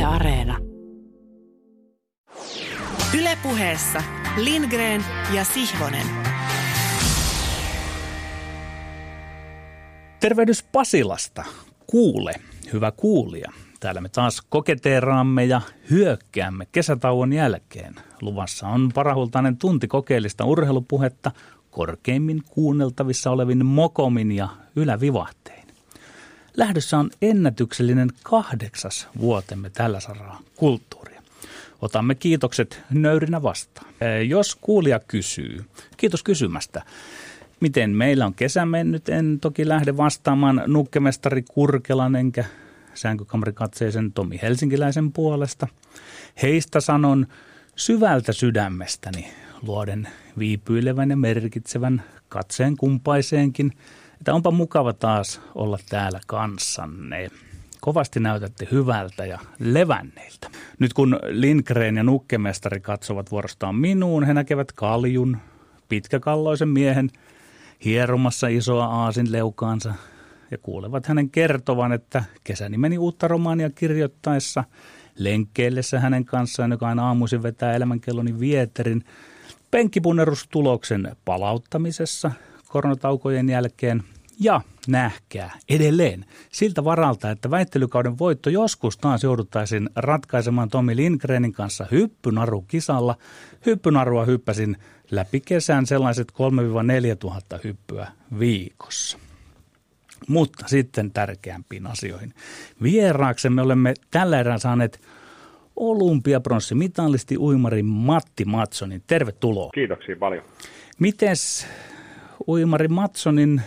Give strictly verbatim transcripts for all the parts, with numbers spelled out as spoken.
Areena. Yle Puheessa Lindgren ja Sihvonen. Tervehdys Pasilasta. Kuule, hyvä kuulija. Täällä me taas koketeeraamme ja hyökkäämme kesätauon jälkeen. Luvassa on parahultainen tunti kokeellista urheilupuhetta korkeimmin kuunneltavissa olevin mokomin ja ylävivahtein. Lähdössä on ennätyksellinen kahdeksas vuotemme tällä saralla kulttuuria. Otamme kiitokset nöyrinä vastaan. Jos kuulija kysyy, kiitos kysymästä. Miten meillä on kesä mennyt? En toki lähde vastaamaan nukkemestari Kurkelan enkä sänkykamarikatseisen Tomi Helsinkiläisen puolesta. Heistä sanon syvältä sydämestäni luoden viipyilevän ja merkitsevän katseen kumpaiseenkin, että onpa mukava taas olla täällä kanssanne. Kovasti näytätte hyvältä ja levänneiltä. Nyt kun Lindgren ja nukkemestari katsovat vuorostaan minuun, he näkevät kaljun, pitkäkalloisen miehen hieromassa isoa aasin leukaansa ja kuulevat hänen kertovan, että kesäni meni uutta romaania kirjoittaessa, lenkkeillessä hänen kanssaan, joka aina aamuisin vetää elämänkelloni vieterin, penkkipunnerustuloksen palauttamisessa koronataukojen jälkeen ja nähkää edelleen siltä varalta, että väittelykauden voitto joskus taas jouduttaisiin ratkaisemaan Tomi Lindgrenin kanssa hyppynarukisalla. Hyppynarua hyppäsin läpi kesän sellaiset kolme neljä tuhatta hyppyä viikossa. Mutta sitten tärkeämpiin asioihin. Vieraaksemme olemme tällä erää saaneet olympiapronssimitalisti uimari Matti Mattssonin. Tervetuloa. Kiitoksia paljon. Mites uimari Mattsonin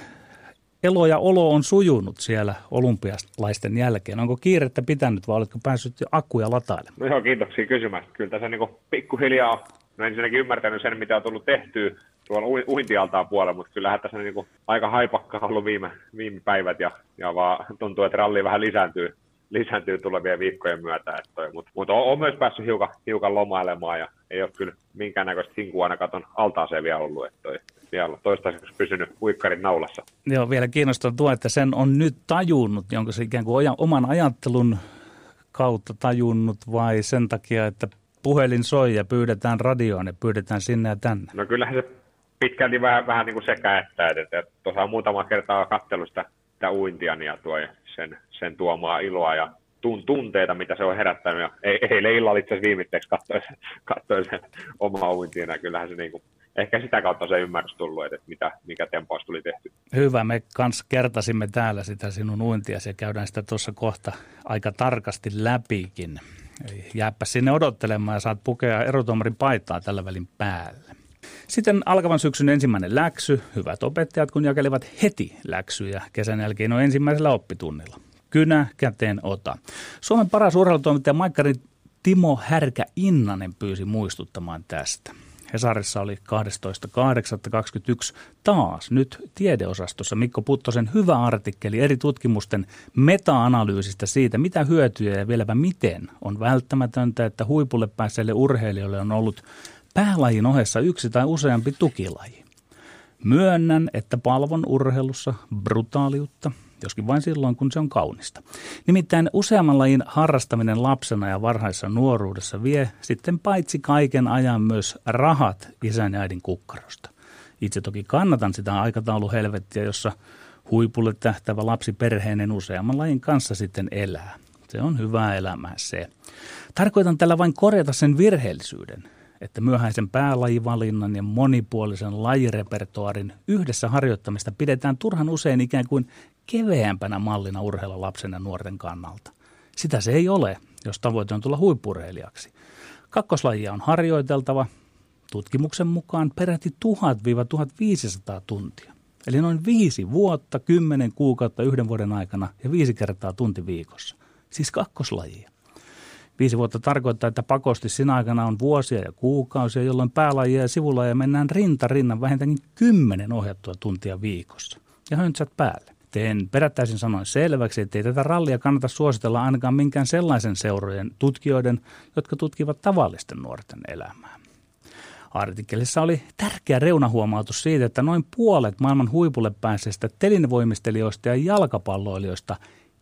elo ja olo on sujunut siellä olympialaisten jälkeen? Onko kiirettä pitänyt vai oletko päässyt jo akkuja latailemaan? No joo, kiitoksia kysymästä. Kyllä tässä niin pikkuhiljaa on ensinnäkin ymmärtänyt sen, mitä on tullut tehtyä tuolla uintialtaan puolella, mutta kyllähän tässä on niin aika haipakka ollut viime, viime päivät ja, ja vaan tuntuu, että ralli vähän lisääntyy, lisääntyy tulevien viikkojen myötä. Mutta mut on, on myös päässyt hiukan, hiukan lomailemaan ja ei ole kyllä minkäännäköistä hinkua aina katon altaaseen vielä ollut, että toi, siellä on toistaiseksi pysynyt uikkarin naulassa. Joo, vielä kiinnostaa tuo, että sen on nyt tajunnut, onko se ikään kuin oman ajattelun kautta tajunnut vai sen takia, että puhelin soi ja pyydetään radioon ja pyydetään sinne ja tänne? No kyllähän se pitkälti vähän, vähän niin kuin sekä että, että tuossa on muutama kertaa katsellut sitä, sitä uintia ja tuo sen, sen tuomaa iloa ja tunteita, mitä se on herättänyt. Ja eilen illalla itse asiassa viimitteeksi katsoin, katsoin sen omaa uintia ja kyllähän se niin kuin, ehkä sitä kautta se ymmärrys tullut, että mitä, mikä tempaus tuli tehty. Hyvä, me kans kertasimme täällä sitä sinun uintiasi ja käydään sitä tuossa kohta aika tarkasti läpikin. Jääpä sinne odottelemaan ja saat pukea erotuomarin paitaa tällä välin päälle. Sitten alkavan syksyn ensimmäinen läksy. Hyvät opettajat, kun jakelivat heti läksyjä kesän jälkeen on ensimmäisellä oppitunnilla. Kynä käteen ota. Suomen paras urheilutoimittaja maikkari Timo Härkä-Innanen pyysi muistuttamaan tästä. Hesarissa oli kahdestoista kahdeksatta kaksikymmentäyksi taas nyt tiedeosastossa Mikko Puttosen hyvä artikkeli eri tutkimusten meta-analyysistä siitä, mitä hyötyjä ja vieläpä miten on välttämätöntä, että huipulle päässeille urheilijoille on ollut päälajin ohessa yksi tai useampi tukilaji. Myönnän, että palvon urheilussa brutaaliutta, joskin vain silloin, kun se on kaunista. Nimittäin useamman lajin harrastaminen lapsena ja varhaisessa nuoruudessa vie sitten paitsi kaiken ajan myös rahat isän ja äidin kukkarosta. Itse toki kannatan sitä aikatauluhelvettiä, jossa huipulle tähtävä lapsi perheinen useamman lajin kanssa sitten elää. Se on hyvää elämää se. Tarkoitan tällä vain korjata sen virheellisyyden, että myöhäisen päälajivalinnan ja monipuolisen lajirepertoarin yhdessä harjoittamista pidetään turhan usein ikään kuin keveämpänä mallina urheilla lapsen ja nuorten kannalta. Sitä se ei ole, jos tavoite on tulla huippu-urheilijaksi. Kakkoslajia on harjoiteltava tutkimuksen mukaan peräti tuhat–tuhatviisisataa tuntia. Eli noin viisi vuotta, kymmenen kuukautta yhden vuoden aikana ja viisi kertaa tunti viikossa. Siis kakkoslajia. Viisi vuotta tarkoittaa, että pakosti sinä aikana on vuosia ja kuukausia, jolloin päälajia ja sivulajia mennään rinta rinnan vähintäänkin kymmenen ohjattua tuntia viikossa. Ja höntsät päälle. Teen perättäisin sanoen selväksi, että ei tätä rallia kannata suositella ainakaan minkään sellaisen seurojen tutkijoiden, jotka tutkivat tavallisten nuorten elämää. Artikkelissa oli tärkeä reunahuomautus siitä, että noin puolet maailman huipulle pääseistä telinevoimistelijoista ja jalkapalloilijoista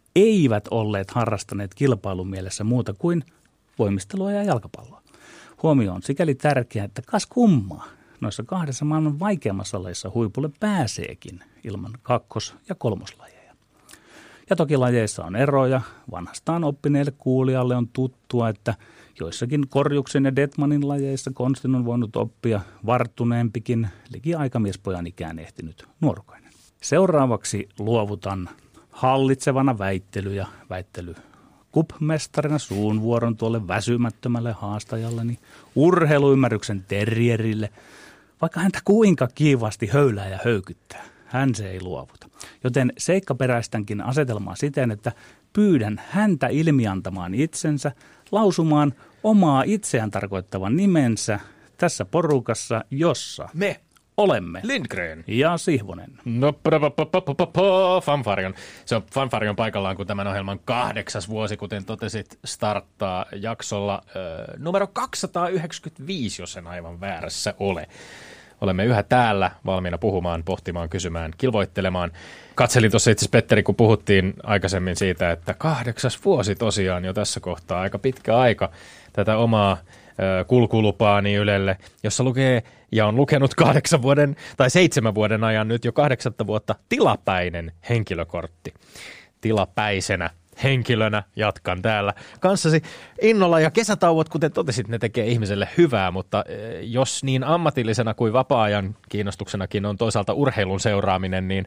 eivät olleet harrastaneet kilpailun mielessä muuta kuin voimistelua ja jalkapalloa. Huomio on sikäli tärkeää, että kas kummaa. Noissa kahdessa maailman vaikeimmassa lajissa huipulle pääseekin ilman kakkos- ja kolmoslajeja. Ja toki lajeissa on eroja. Vanhastaan oppineelle kuulijalle on tuttua, että joissakin Korjuksen ja Detmanin lajeissa Konstin on voinut oppia varttuneempikin, liki aikamiespojan ikään ehtinyt nuorukainen. Seuraavaksi luovutan hallitsevana väittely ja väittely kupmestarina suun vuoron tuolle väsymättömälle haastajalleni, urheiluymmärryksen terrierille. Vaikka häntä kuinka kiivasti höylää ja höykyttää, hän se ei luovuta. Joten seikkaperäistänkin asetelmaa siten, että pyydän häntä ilmiantamaan itsensä, lausumaan omaa itseään tarkoittavan nimensä tässä porukassa, jossa me olemme Lindgren ja Sihvonen. No, fanfarion. Se on fanfarion paikallaan, kun tämän ohjelman kahdeksas vuosi, kuten totesit, starttaa jaksolla ö, numero kaksisataayhdeksänkymmentäviisi, jos en aivan väärässä ole. Olemme yhä täällä valmiina puhumaan, pohtimaan, kysymään, kilvoittelemaan. Katselin tuossa itse Petteri, kun puhuttiin aikaisemmin siitä, että kahdeksas vuosi tosiaan jo tässä kohtaa, aika pitkä aika tätä omaa ö, kulkulupaani Ylelle, jossa lukee ja on lukenut kahdeksan vuoden tai seitsemän vuoden ajan nyt jo kahdeksatta vuotta tilapäinen henkilökortti. Tilapäisenä henkilönä jatkan täällä kanssasi innolla ja kesätauot, kuten totesit, ne tekee ihmiselle hyvää, mutta jos niin ammatillisena kuin vapaa-ajan kiinnostuksenakin on toisaalta urheilun seuraaminen, niin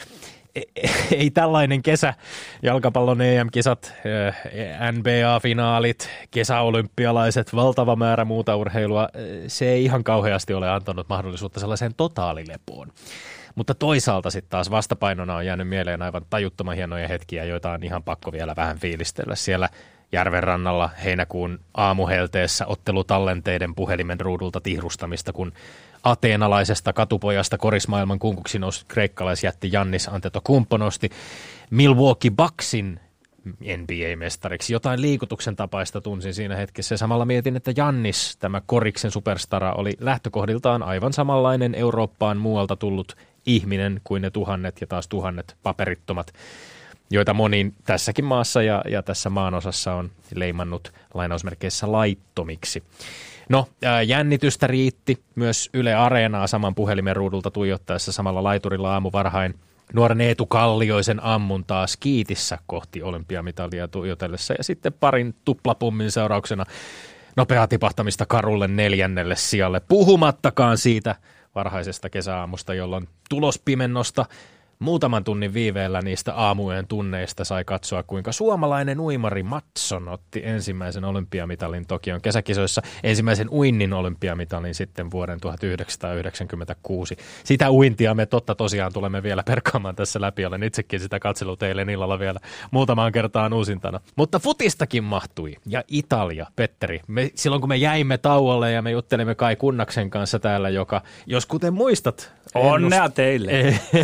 ei tällainen kesä, jalkapallon E M-kisat, N B A-finaalit, kesäolympialaiset, valtava määrä muuta urheilua, se ei ihan kauheasti ole antanut mahdollisuutta sellaiseen totaalilepoon. Mutta toisaalta sitten taas vastapainona on jäänyt mieleen aivan tajuttoman hienoja hetkiä, joita on ihan pakko vielä vähän fiilistellä. Siellä järvenrannalla heinäkuun aamuhelteessä ottelutallenteiden puhelimen ruudulta tihrustamista, kun ateenalaisesta katupojasta korismaailman kunkuksi nousi kreikkalaisjätti Giannis Antetokounmpo nosti Milwaukee Bucksin N B A-mestariksi. Jotain liikutuksen tapaista tunsin siinä hetkessä ja samalla mietin, että Giannis, tämä koriksen superstara, oli lähtökohdiltaan aivan samanlainen Eurooppaan muualta tullut ihminen kuin ne tuhannet ja taas tuhannet paperittomat, joita moni tässäkin maassa ja, ja tässä maanosassa on leimannut lainausmerkeissä laittomiksi. No, ää, jännitystä riitti myös Yle Areenaa saman puhelimen ruudulta tuijottaessa samalla laiturilla aamuvarhain nuoren Eetu Kallioisen ammuntaa skiitissä kohti olympiamitalia tuijotellessa ja sitten parin tuplapummin seurauksena nopeaa tipahtamista karulle neljännelle sijalle, puhumattakaan siitä varhaisesta kesäaamusta, jolloin tulospimennosta muutaman tunnin viiveellä niistä aamujen tunneista sai katsoa, kuinka suomalainen uimari Mattsson otti ensimmäisen olympiamitalin Tokion kesäkisoissa, ensimmäisen uinnin olympiamitalin sitten vuoden tuhatyhdeksänsataayhdeksänkymmentäkuusi. Sitä uintia me totta tosiaan tulemme vielä perkaamaan tässä läpi, olen itsekin sitä katsellut eilen illalla vielä muutamaan kertaan uusintana. Mutta futistakin mahtui, ja Italia, Petteri, me, silloin kun me jäimme tauolle ja me juttelimme Kai Kunnaksen kanssa täällä, joka, jos kuten muistat... Onnea ennust... teille!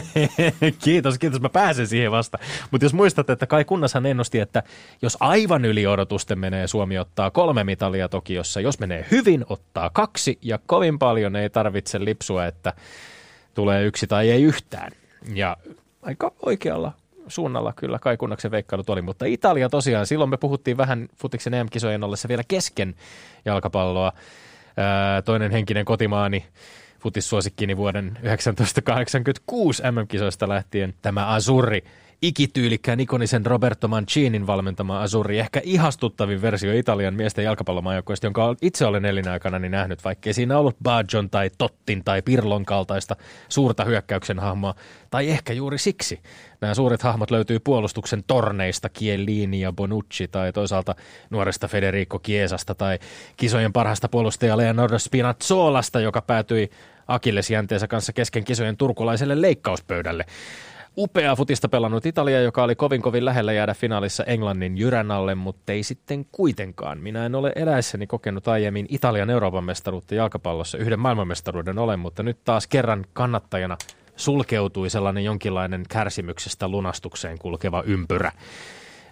Kiitos, kiitos. Mä pääsen siihen vasta. Mutta jos muistat, että Kai Kunnashan ennusti, että jos aivan yli odotusten menee, Suomi ottaa kolme mitalia Tokiossa. Jos menee hyvin, ottaa kaksi ja kovin paljon ei tarvitse lipsua, että tulee yksi tai ei yhtään. Ja aika oikealla suunnalla kyllä Kai Kunnaksen veikkailut oli, mutta Italia tosiaan, silloin me puhuttiin vähän futiksen E M-kisojen ollessa vielä kesken jalkapalloa. Ää, toinen henkinen kotimaani, futissuosikkini vuoden yhdeksäntoistasataakahdeksankymmentäkuusi M M-kisoista lähtien tämä Azzurri, ikityylikkään ikonisen Roberto Mancinin valmentama Azzurri, ehkä ihastuttavin versio Italian miesten jalkapallomaajoukkueesta, jonka itse olen elinaikanani nähnyt, vaikkei siinä ollut Baggio'n tai Tottin tai Pirlon kaltaista suurta hyökkäyksen hahmoa, tai ehkä juuri siksi. Nämä suuret hahmot löytyy puolustuksen torneista, Chiellini ja Bonucci, tai toisaalta nuoresta Federico Chiesasta, tai kisojen parhaasta puolustaja Leonardo Spinazzolasta, joka päätyi akillesjänteensä kanssa kesken kisojen turkulaiselle leikkauspöydälle. Upea futista pelannut Italia, joka oli kovin kovin lähellä jäädä finaalissa Englannin jyrän alle, mutta ei sitten kuitenkaan. Minä en ole eläessäni kokenut aiemmin Italian Euroopan mestaruutta jalkapallossa. Yhden maailmanmestaruuden olen, mutta nyt taas kerran kannattajana sulkeutui sellainen jonkinlainen kärsimyksestä lunastukseen kulkeva ympyrä.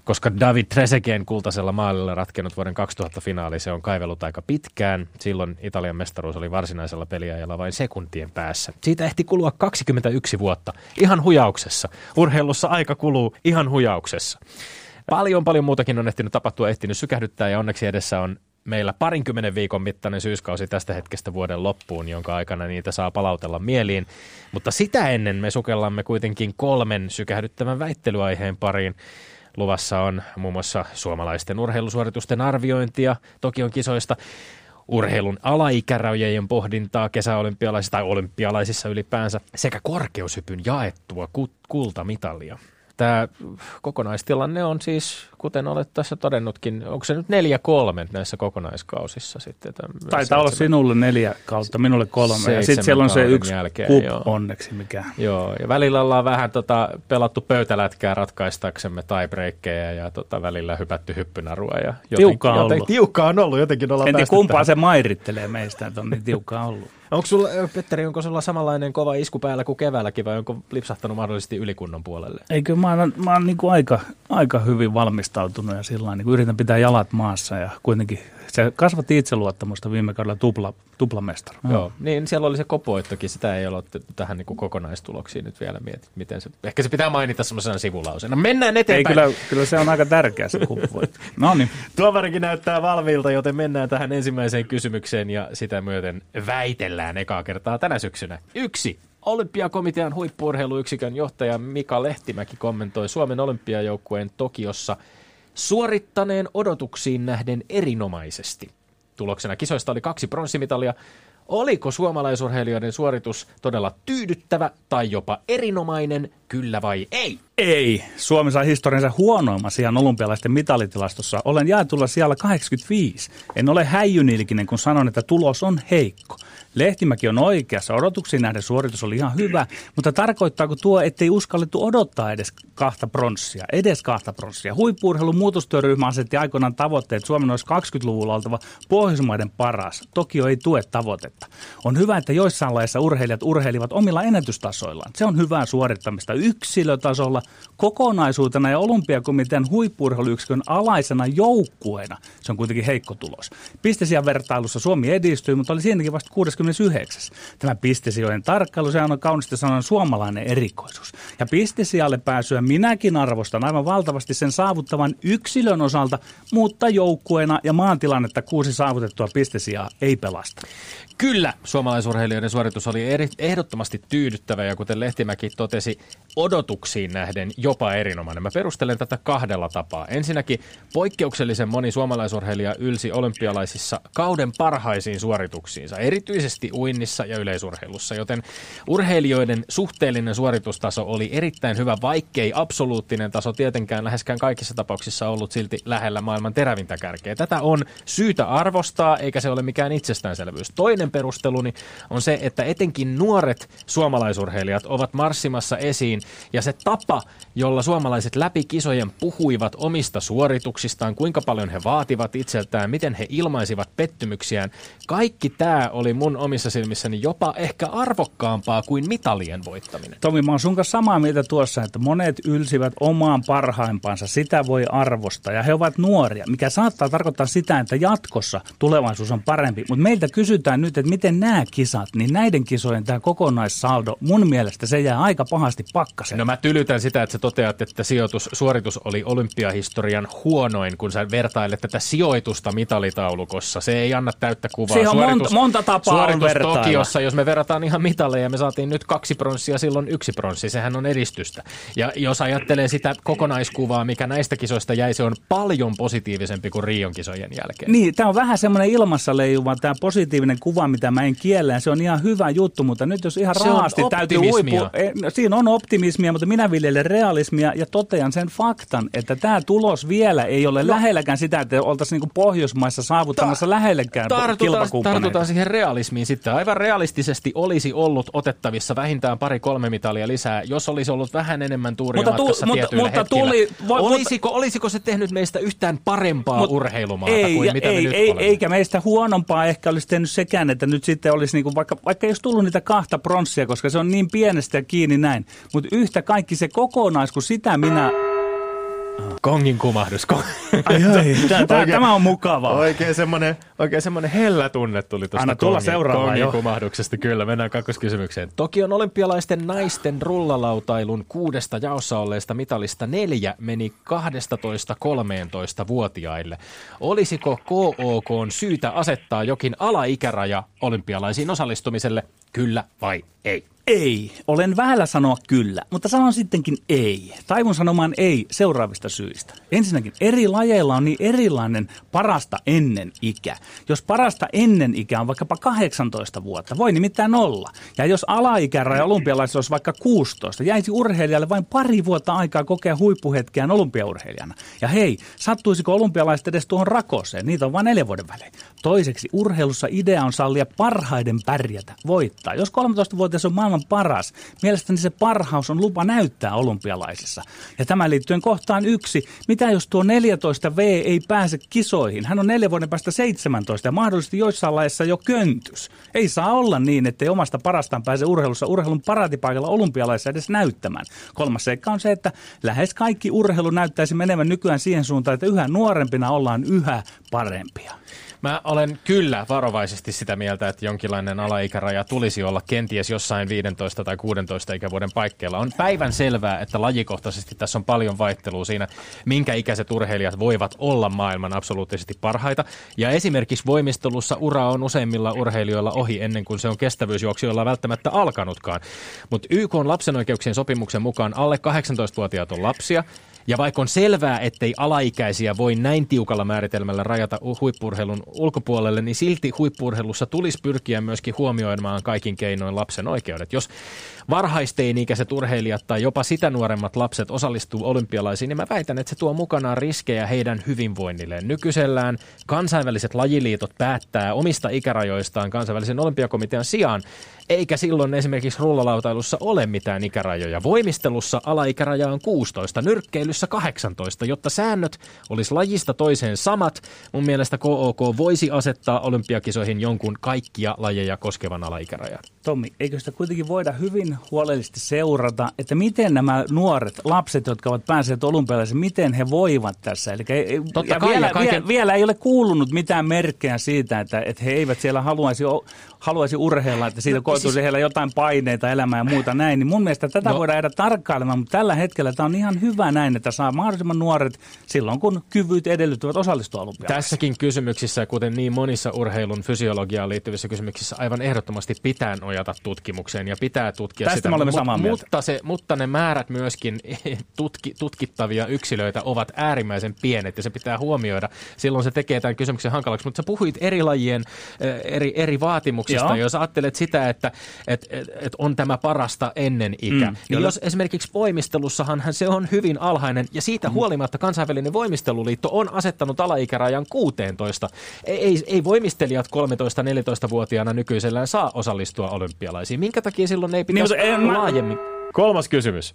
koska David Trezeguet'n kultaisella maalilla ratkennut vuoden kaksituhatta finaali, se on kaivellut aika pitkään. Silloin Italian mestaruus oli varsinaisella peliajalla vain sekuntien päässä. Siitä ehti kulua kaksikymmentäyksi vuotta, ihan hujauksessa. Urheilussa aika kuluu ihan hujauksessa. Paljon, paljon muutakin on ehtinyt tapahtua, ehtinyt sykähdyttää ja onneksi edessä on meillä parinkymmenen viikon mittainen syyskausi tästä hetkestä vuoden loppuun, jonka aikana niitä saa palautella mieliin. Mutta sitä ennen me sukellamme kuitenkin kolmen sykähdyttävän väittelyaiheen pariin. Luvassa on muun muassa suomalaisten urheilusuoritusten arviointia Tokion kisoista, urheilun alaikärajojen pohdintaa kesäolympialaisissa tai olympialaisissa ylipäänsä sekä korkeushypyn jaettua kultamitalia. Tämä kokonaistilanne on siis, kuten olet tässä todennutkin, onko se nyt neljä kolme näissä kokonaiskausissa sitten? Taitaa seitsemän. Olla sinulle neljä kautta, minulle kolme. Ja sitten siellä on se yksi jälkeen, kup joo. onneksi mikä. Joo, ja välillä ollaan vähän tota, pelattu pöytälätkää ratkaistaksemme tiebreakkejä ja tota, välillä hypätty hyppynarua. Ja tiukkaa on ollut. Tiukkaa on ollut, jotenkin ollaan päästy kumpaa tähän. Se mairittelee meistä, että on niin tiukkaa ollut. Onko sulla, Petteri, onko sulla samanlainen kova isku päällä kuin keväälläkin vai onko lipsahtanut mahdollisesti ylikunnon puolelle? Eikö, mä oon, mä oon niin kuin aika, aika hyvin valmistautunut ja sillä niin yritän pitää jalat maassa ja kuitenkin se kasvatti itseluottamusta viime kaudella tupla, tuplamestari. Joo, Joo, niin siellä oli se kopoittokin, sitä ei ole tähän niin kuin kokonaistuloksiin nyt vielä mietit. Miten se, ehkä se pitää mainita semmoisena sivulauseena. Mennään eteenpäin. Ei, kyllä, kyllä se on aika tärkeä se kopoitto. No niin. Tuomarikin näyttää valmiilta, joten mennään tähän ensimmäiseen kysymykseen ja sitä myöten väitellään ekaa kertaa tänä syksynä. Yksi. Olympiakomitean huippu-urheiluyksikön johtaja Mika Lehtimäki kommentoi Suomen olympiajoukkueen Tokiossa suorittaneen odotuksiin nähden erinomaisesti. Tuloksena kisoista oli kaksi pronssimitalia. Oliko suomalaisurheilijoiden suoritus todella tyydyttävä tai jopa erinomainen, kyllä vai ei? Ei. Suomi sai historiansa huonoimman sijan olympialaisten mitalitilastossa. Olen jaetulla sijalla kahdeksankymmentäviisi. En ole häijynilkinen, kun sanon, että tulos on heikko. Lehtimäki on oikeassa. Odotuksiin nähden suoritus oli ihan hyvä, mutta tarkoittaako tuo, ettei uskallettu odottaa edes kahta pronssia? Edes kahta pronssia. Huippu-urheilun muutostyöryhmä asetti aikoinaan tavoitteet. Suomen olisi kaksikymmentäluvulla oltava Pohjoismaiden paras. Tokio ei tue tavoitetta. On hyvä, että joissain lajeissa urheilijat urheilivat omilla ennätystasoillaan. Se on hyvää suorittamista yksilötasolla, kokonaisuutena ja olympiakomitean huippu-urheiluyksikön alaisena joukkueena. Se on kuitenkin heikko tulos. Pistesijan vertailussa Suomi edistyi, mutta oli siinäkin vasta kuudeskymmenesyhdeksäs. Tämä pistesijojen tarkkailu, sehän on kauniisti sanoen suomalainen erikoisuus. Ja pistesijalle pääsyä minäkin arvostan aivan valtavasti sen saavuttavan yksilön osalta, mutta joukkueena ja maan tilannetta kuusi saavutettua pistesijaa ei pelasta. Kyllä, suomalaisurheilijoiden suoritus oli ehdottomasti tyydyttävä ja kuten Lehtimäki totesi, odotuksiin nähden jopa erinomainen. Mä perustelen tätä kahdella tapaa. Ensinnäkin poikkeuksellisen moni suomalaisurheilija ylsi olympialaisissa kauden parhaisiin suorituksiinsa, erityisesti uinnissa ja yleisurheilussa, joten urheilijoiden suhteellinen suoritustaso oli erittäin hyvä, vaikkei absoluuttinen taso tietenkään läheskään kaikissa tapauksissa ollut silti lähellä maailman terävintä kärkeä. Tätä on syytä arvostaa, eikä se ole mikään itsestäänselvyys. Toinen perusteluni on se, että etenkin nuoret suomalaisurheilijat ovat marssimassa esiin ja se tapa, jolla suomalaiset läpi kisojen puhuivat omista suorituksistaan, kuinka paljon he vaativat itseltään, miten he ilmaisivat pettymyksiään, kaikki tämä oli mun omissa silmissäni jopa ehkä arvokkaampaa kuin mitalien voittaminen. Tomi, mä oon sun kanssa samaa mieltä tuossa, että monet ylsivät omaan parhaimpansa, sitä voi arvostaa ja he ovat nuoria, mikä saattaa tarkoittaa sitä, että jatkossa tulevaisuus on parempi, mutta meiltä kysytään nyt, että miten nämä kisat, niin näiden kisojen tämä kokonaissaldo, mun mielestä se jää aika pahasti pakkaseen. No mä tylytän sitä, että sä toteat, että sijoitus, suoritus oli olympiahistorian huonoin, kun sä vertailet tätä sijoitusta mitalitaulukossa. Se ei anna täyttä kuvaa. Siihen on suoritus, monta, monta tapaa suoritus Tokiossa, jos me verrataan ihan mitaleja, me saatiin nyt kaksi pronssia, silloin yksi pronssi, sehän on edistystä. Ja jos ajattelee sitä kokonaiskuvaa, mikä näistä kisoista jäi, se on paljon positiivisempi kuin Rion kisojen jälkeen. Niin, tämä on vähän semmoinen ilmassa leijuva, tämä positiivinen kuva, mitä mä en kiellä, se on ihan hyvä juttu, mutta nyt jos ihan raasti täytyy huipu, no, siinä on optimismia, mutta minä viljelen realismia ja totean sen faktan, että tämä tulos vielä ei ole no, lähelläkään sitä, että oltaisiin niin kuin Pohjoismaissa saavuttamassa ta- lähellekään kilpakumppaneita. Tartutaan siihen realismiin sitten. Aivan realistisesti olisi ollut otettavissa vähintään pari-kolme mitalia lisää, jos olisi ollut vähän enemmän tuuria mutta matkassa tu- tietyillä mutta, hetkillä. Tuli, voi, olisiko, olisiko se tehnyt meistä yhtään parempaa mut, urheilumaata ei, kuin mitä ei, me nyt ei, olemme? Eikä meistä huonompaa ehkä olisi tehnyt sekään, että nyt sitten olisi niinku, vaikka, vaikka ei olisi tullut niitä kahta pronssia, koska se on niin pienestä ja kiinni näin. Mutta yhtä kaikki se kokonais, kun sitä minä... Kongin kumahdus. Ai, ai, tää, tää, tämä on mukavaa. Oikein semmoinen, oikein semmoinen hellä tunne tuli tuosta Anna tulla kongin, seuraavaan kongin jo. kumahduksesta. Kyllä, mennään kakkoskysymykseen. Tokion olympialaisten naisten rullalautailun kuudesta jaossa olleesta mitalista neljä meni kaksitoista kolmetoista-vuotiaille. Olisiko K O K:n syytä asettaa jokin alaikäraja olympialaisiin osallistumiselle? Kyllä vai ei? Ei. Olen vähällä sanoa kyllä, mutta sanon sittenkin ei. Taivun sanomaan ei seuraavista syistä. Ensinnäkin eri lajeilla on niin erilainen parasta ennen ikä. Jos parasta ennen ikä on vaikkapa kahdeksantoista vuotta, voi nimittäin olla. Ja jos alaikäraja olympialaisissa olisi vaikka kuusitoista, jäisi urheilijalle vain pari vuotta aikaa kokea huippuhetkeään olympiaurheilijana. Ja hei, sattuisiko olympialaiset edes tuohon rakoseen? Niitä on vain neljän vuoden välein. Toiseksi urheilussa idea on sallia parhaiden pärjätä, voittaa. Jos kolmetoistavuotias on maailman paras, mielestäni se parhaus on lupa näyttää olympialaisissa. Ja tämän liittyen kohtaan yksi, mitä jos tuo neljätoista vuotias ei pääse kisoihin? Hän on neljän vuoden päästä seitsemäntoista ja mahdollisesti joissain lajeissa jo köntys. Ei saa olla niin, ettei omasta parastaan pääse urheilussa urheilun paratipaikalla olympialaisissa edes näyttämään. Kolmas seikka on se, että lähes kaikki urheilu näyttäisi menevän nykyään siihen suuntaan, että yhä nuorempina ollaan yhä parempia. Mä olen kyllä varovaisesti sitä mieltä, että jonkinlainen alaikäraja tulisi olla kenties jossain viisitoista tai kuusitoista ikävuoden paikkeilla. On päivän selvää, että lajikohtaisesti tässä on paljon vaihtelua siinä, minkä ikäiset urheilijat voivat olla maailman absoluuttisesti parhaita. Ja esimerkiksi voimistelussa ura on useimmilla urheilijoilla ohi ennen kuin se on kestävyysjuoksijoilla välttämättä alkanutkaan. Mutta Y K:n lapsen oikeuksien sopimuksen mukaan alle kahdeksantoistavuotiaat on lapsia. Ja vaikka on selvää, ettei alaikäisiä voi näin tiukalla määritelmällä rajata huippu-urheilun ulkopuolelle, niin silti huippu-urheilussa tulisi pyrkiä myöskin huomioimaan kaikin keinoin lapsen oikeudet. Jos varhaisteini-ikäiset urheilijat tai jopa sitä nuoremmat lapset osallistuu olympialaisiin, niin mä väitän, että se tuo mukanaan riskejä heidän hyvinvoinnilleen. Nykyisellään kansainväliset lajiliitot päättää omista ikärajoistaan kansainvälisen olympiakomitean sijaan, eikä silloin esimerkiksi rullalautailussa ole mitään ikärajoja. Voimistelussa alaikäraja on kuusitoista, nyrkkeilyssä kahdeksantoista, jotta säännöt olisi lajista toiseen samat. Mun mielestä K O K voisi asettaa olympiakisoihin jonkun kaikkia lajeja koskevan alaikärajan. Tommi, eikö sitä kuitenkin voida hyvin huolellisesti seurata, että miten nämä nuoret lapset, jotka ovat päässeet olympialaisiin, miten he voivat tässä? Eli, Totta ja kai, vielä, ja kaiken... vielä, vielä ei ole kuulunut mitään merkkejä siitä, että, että he eivät siellä haluaisi, haluaisi urheilla, että siitä no, koituisi siis... heillä jotain paineita elämää ja muuta näin. Niin mun mielestä tätä no. voidaan jäädä tarkkailemaan, mutta tällä hetkellä tämä on ihan hyvä näin, että saa mahdollisimman nuoret silloin, kun kyvyt edellyttävät osallistua olympialaisiin. Tässäkin kysymyksissä, kuten niin monissa urheilun fysiologiaan liittyvissä kysymyksissä, aivan ehdottomasti pitää nojata tutkimukseen ja pitää tutkia Tästä sitä. Me olemme samaa mieltä. Mutta, se, mutta ne määrät myöskin tutki, tutkittavia yksilöitä ovat äärimmäisen pienet ja se pitää huomioida. Silloin se tekee tämän kysymyksen hankalaksi. Mutta sä puhuit eri lajien eri, eri vaatimuksista. Joo. Jos ajattelet sitä, että et, et, et on tämä parasta ennen ikä. Mm, niin jos esimerkiksi voimistelussahan se on hyvin alhainen ja siitä mm. huolimatta kansainvälinen voimisteluliitto on asettanut alaikärajan kuusitoista. Ei, ei, ei voimistelijat kolmetoista-neljätoista-vuotiaana nykyisellään saa osallistua olympialaisiin. Minkä takia silloin ei pitäisi niin, laajemmin? Kolmas kysymys.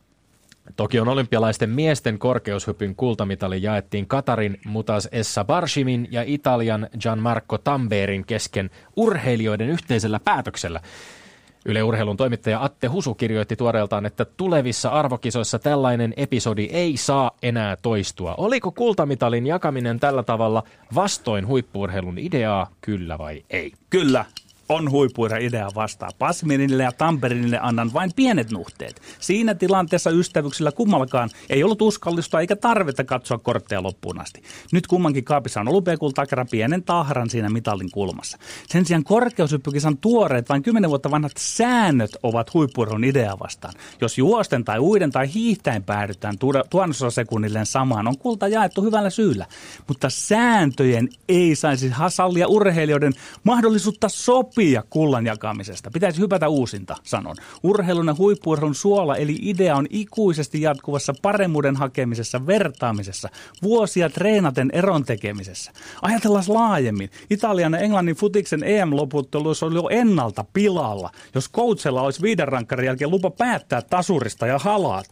Tokion olympialaisten miesten korkeushypyn kultamitali jaettiin Katarin Mutaz Essabarshimin ja Italian Gianmarco Tamberin kesken urheilijoiden yhteisellä päätöksellä. Yle Urheilun toimittaja Atte Husu kirjoitti tuoreeltaan, että tulevissa arvokisoissa tällainen episodi ei saa enää toistua. Oliko kultamitalin jakaminen tällä tavalla vastoin huippu-urheilun ideaa, kyllä vai ei? Kyllä. On huippuurheilun idea vastaan. Pasminille ja Tamperinille annan vain pienet nuhteet. Siinä tilanteessa ystävyksillä kummallakaan ei ollut uskallista eikä tarvetta katsoa kortteja loppuun asti. Nyt kummankin kaapissa on olympiakultaa kerran pienen tahran siinä mitalin kulmassa. Sen sijaan korkeushyppykisan tuoreet, vain kymmenen vuotta vanhat säännöt ovat huippuurheilun idea vastaan. Jos juosten tai uiden tai hiihtäen päädytään tuhannesosasekunnilleen samaan, on kulta jaettu hyvällä syyllä. Mutta sääntöjen ei saisi sallia urheilijoiden mahdollisuutta sopia kullan jakamisesta. Pitäisi hypätä uusinta, sanon. Urheilun ja huippu-urheilun suola, eli idea on ikuisesti jatkuvassa paremmuuden hakemisessa, vertaamisessa, vuosia treenaten eron tekemisessä. Ajatellaan laajemmin. Italian ja Englannin futiksen E M-loputteluissa oli jo ennalta pilalla, jos coachella olisi viiden rankkarin jälkeen lupa päättää tasurista ja halata.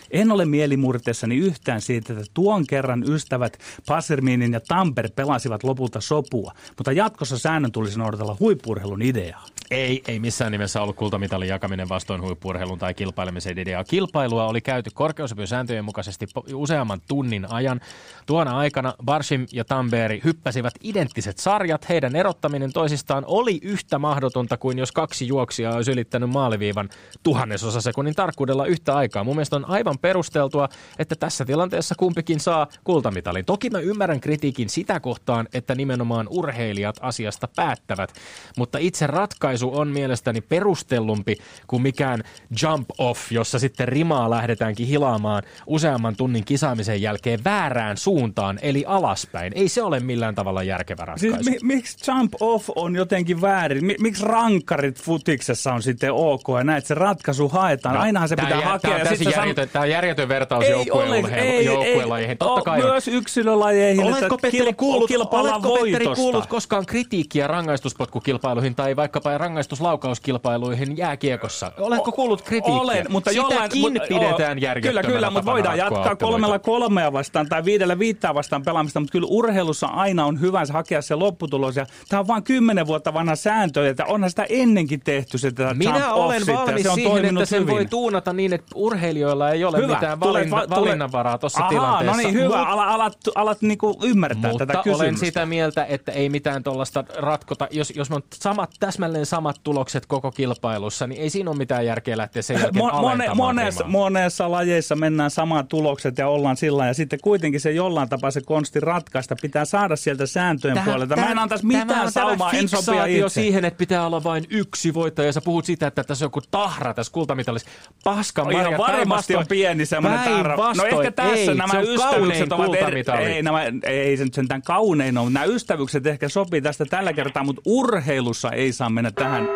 En ole mielimurteessani yhtään siitä, että tuon kerran ystävät Passerminin ja Tampere pelasivat lopulta sopua, mutta jatkossa säännön tulisi noudatella huippu-urheilun ideaa. Ei, ei missään nimessä ollut kultamitalin jakaminen vastoin huippu-urheilun tai kilpailemisen ideaa. Kilpailua oli käyty korkeushypysääntöjen mukaisesti useamman tunnin ajan. Tuona aikana Barshim ja Tamberi hyppäsivät identtiset sarjat. Heidän erottaminen toisistaan oli yhtä mahdotonta kuin jos kaksi juoksijaa olisi ylittänyt maaliviivan tuhannesosa sekunnin tarkkuudella yhtä aikaa. Mun mielestä on aivan perusteltua, että tässä tilanteessa kumpikin saa kultamitalin. Toki mä ymmärrän kritiikin sitä kohtaan, että nimenomaan urheilijat asiasta päättävät, mutta itse ratkaisu on mielestäni perustellumpi kuin mikään jump off, jossa sitten rimaa lähdetäänkin hilaamaan useamman tunnin kisaamisen jälkeen väärään suuntaan, eli alaspäin. Ei se ole millään tavalla järkevä ratkaisu. Siis mi- miksi jump off on jotenkin väärin? Mi- miksi rankkarit futiksessa on sitten ok ja näet, se ratkaisu haetaan? No, Ainahan se pitää jä, hakea. Tämä on, järjetön, san... on järjetön vertaus joukkuelajeihin. Totta kai myös yksilölajeihin. Oletko Petteri kuullut, oletko Petteri kuullut koskaan kritiikkiä rangaistuspotkukilpailuihin tai vaikkapa rangaistuslaukauskilpailuihin jääkiekossa? Oletko kuullut kritiikkiä? Olen, mutta jollain... Sitäkin mut, pidetään järjettömänä. Kyllä, kyllä, mutta voidaan jatkaa kolmella kolmea vastaan tai viidellä viittää vastaan pelaamista, mutta kyllä urheilussa aina on hyvä hakea se lopputulos. Ja tämä on vain kymmenen vuotta vanha sääntö, että onhan sitä ennenkin tehty se jump Minä off olen valmis se on siihen, että sen hyvin. voi tuunata niin, että urheilijoilla ei ole hyvä. mitään valin, va- valinnanvaraa tuossa tilanteessa. No niin, hyvä. Mut, alat, alat, alat niinku ymmärtää mutta tätä kysymystä. olen sitä mieltä, että ei mitään tuollaista ratkota. Jos, jos on samat, täsmälleen samat tulokset koko kilpailussa, niin ei siinä ole mitään järkeä lähteä sen jälkeen Mo- alentamaan monessa, monessa lajeissa mennään samat tulokset ja ollaan sillä ja sitten kuitenkin se jollain tapaa se konsti ratkaista. Pitää saada sieltä sääntöjen tähän, puolelta. Mä en antaisi mitään saumaa, en sopia itse. Siihen, että pitää olla vain yksi voittaja. Sä puhut siitä, että tässä on joku tahra tässä kultamitalissa. Paskan marjat. Ihan varmasti on pieni semmoinen tahra. No ehkä tässä ei, nämä ystävykset ovat eri, ei, nämä, ei sen sentään kaunein ole. Nämä ystävykset ehkä sopii tästä tällä kertaa, mutta urheilussa ei saa mennä tähän.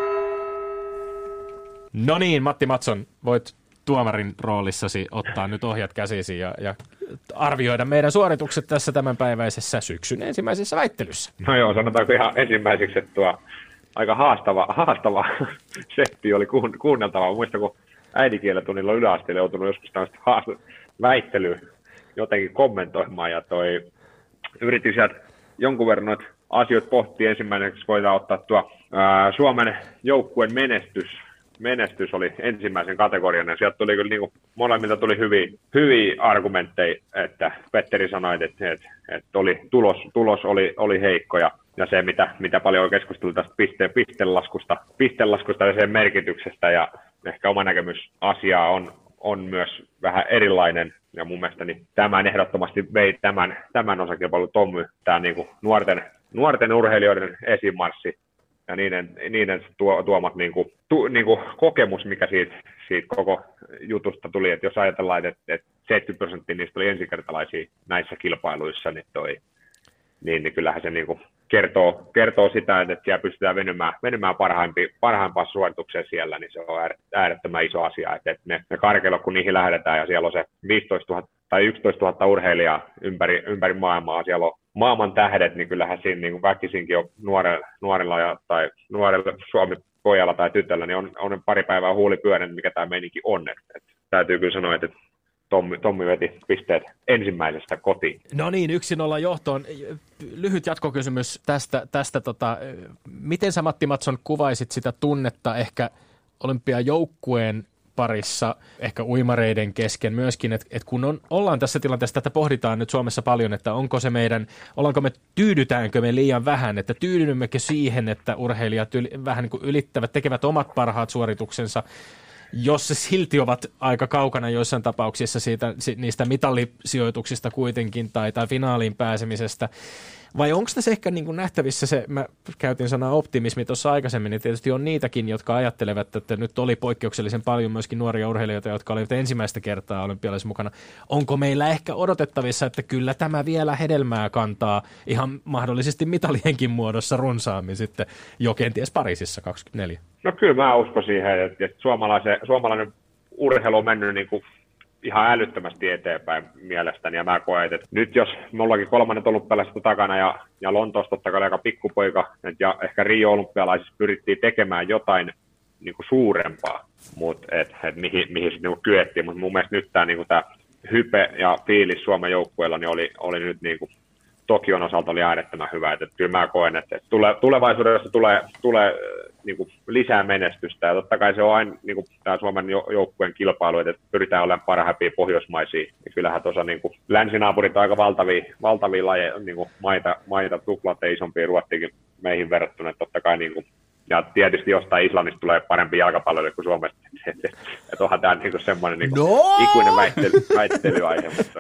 No niin, Matti Matson, voit tuomarin roolissasi ottaa nyt ohjat käsisi ja, ja arvioida meidän suoritukset tässä tämänpäiväisessä syksyn ensimmäisessä väittelyssä. No joo, sanotaanko ihan ensimmäiseksi, että tuo aika haastava, haastava setti oli kuunneltava. Muistan, kun äidinkielitunnilla yläasteella joutunut joskus tämmöistä haast- väittelyä jotenkin kommentoimaan ja toi yritin sieltä jonkun verran noita asioita pohtia. Ensimmäiseksi voidaan ottaa tuo ää, Suomen joukkueen menestys. Menestys oli ensimmäisen kategorian ja sieltä tuli kyllä niin kuin molemmilta tuli hyviä, hyviä argumentteja, että Petteri sanoi, että, että, että oli, tulos, tulos oli, oli heikko ja, ja se, mitä, mitä paljon on keskusteltu tästä piste, pistelaskusta, pistelaskusta ja sen merkityksestä ja ehkä oma näkemys asiaa on, on myös vähän erilainen ja mun mielestäni tämän ehdottomasti vei tämän, tämän osakilpailun Tommy, tämä niin kuin nuorten, nuorten urheilijoiden esimarssi. Ja niiden, niiden tuo, tuomat niin kuin, tu, niin kuin kokemus, mikä siitä, siitä koko jutusta tuli, että jos ajatellaan, että, että seitsemänkymmentä prosenttia niistä oli ensikertalaisia näissä kilpailuissa, niin, toi, niin, niin kyllähän se niin kuin kertoo, kertoo sitä, että siellä pystytään venymään, venymään parhaimpaan suoritukseen siellä, niin se on äärettömän iso asia. Että, että ne, ne karkelot, kun niihin lähdetään ja siellä on se viisitoistatuhatta tai yksitoistatuhatta urheilijaa ympäri, ympäri maailmaa, siellä on maailman tähdet, niin kyllähän siinä niin kuin väkisinkin on nuorella, nuorella ja, tai nuorella Suomi-pojalla tai tytöllä, niin on, on pari päivää huuli pyörän, mikä tämä meininki on. Et, et, täytyy kyllä sanoa, että Tommi, Tommi veti pisteet ensimmäisestä kotiin. No niin, yksi nolla johtoon. Lyhyt jatkokysymys tästä. tästä tota, miten sä, Matti Matson, kuvaisit sitä tunnetta ehkä olympiajoukkueen parissa, ehkä uimareiden kesken myöskin, että et kun on, ollaan tässä tilanteessa, että pohditaan nyt Suomessa paljon, että onko se meidän, ollaanko me, tyydytäänkö me liian vähän, että tyydymmekö siihen, että urheilijat yli, vähän niin kuin ylittävät, tekevät omat parhaat suorituksensa, jos se silti ovat aika kaukana joissain tapauksissa siitä, niistä mitallisijoituksista kuitenkin tai, tai finaaliin pääsemisestä. Vai onko tässä ehkä niin kuin nähtävissä se, mä käytin sanaa optimismi tuossa aikaisemmin, niin tietysti on niitäkin, jotka ajattelevat, että nyt oli poikkeuksellisen paljon myöskin nuoria urheilijoita, jotka olivat ensimmäistä kertaa olympialaisissa mukana. Onko meillä ehkä odotettavissa, että kyllä tämä vielä hedelmää kantaa ihan mahdollisesti mitalienkin muodossa runsaammin sitten jo kenties Pariisissa kaksikymmentäneljä? No kyllä mä uskon siihen, että suomalainen urheilu on mennyt niin kuin ihan älyttömästi eteenpäin mielestäni, ja mä koen, että nyt jos mullakin kolmannet olympialaiset takana, ja, ja Lontoossa totta kai aika pikkupoika, ja ehkä Rio-olympialaisissa pyrittiin tekemään jotain niin kuin suurempaa, mut, et, et mihin, mihin sitten niinku kyettiin. Mutta mun mielestä nyt tämä niinku hype ja fiilis Suomen joukkueella niin oli, oli nyt niinku Tokion osalta oli äärettömän hyvä. Et, et kyllä mä koen, että et tule, tulevaisuudessa tulee, tulee niinku lisää menestystä. Ja totta kai se on aina niinku, tämä Suomen joukkueen kilpailu, että pyritään olemaan parhaimpia pohjoismaisia. Ja kyllähän tuossa niinku, länsinaapurit on aika valtavia, valtavia lajeja, niinku, maita, maita tuplat ja isompia Ruottikin meihin verrattuna. Että totta kai niinku, ja tietysti jostain Islannista tulee parempi jalkapalloille kuin Suomesta. Että et, et onhan tämä niinku semmoinen niinku no! ikuinen väittely, väittelyaihe. Mutta,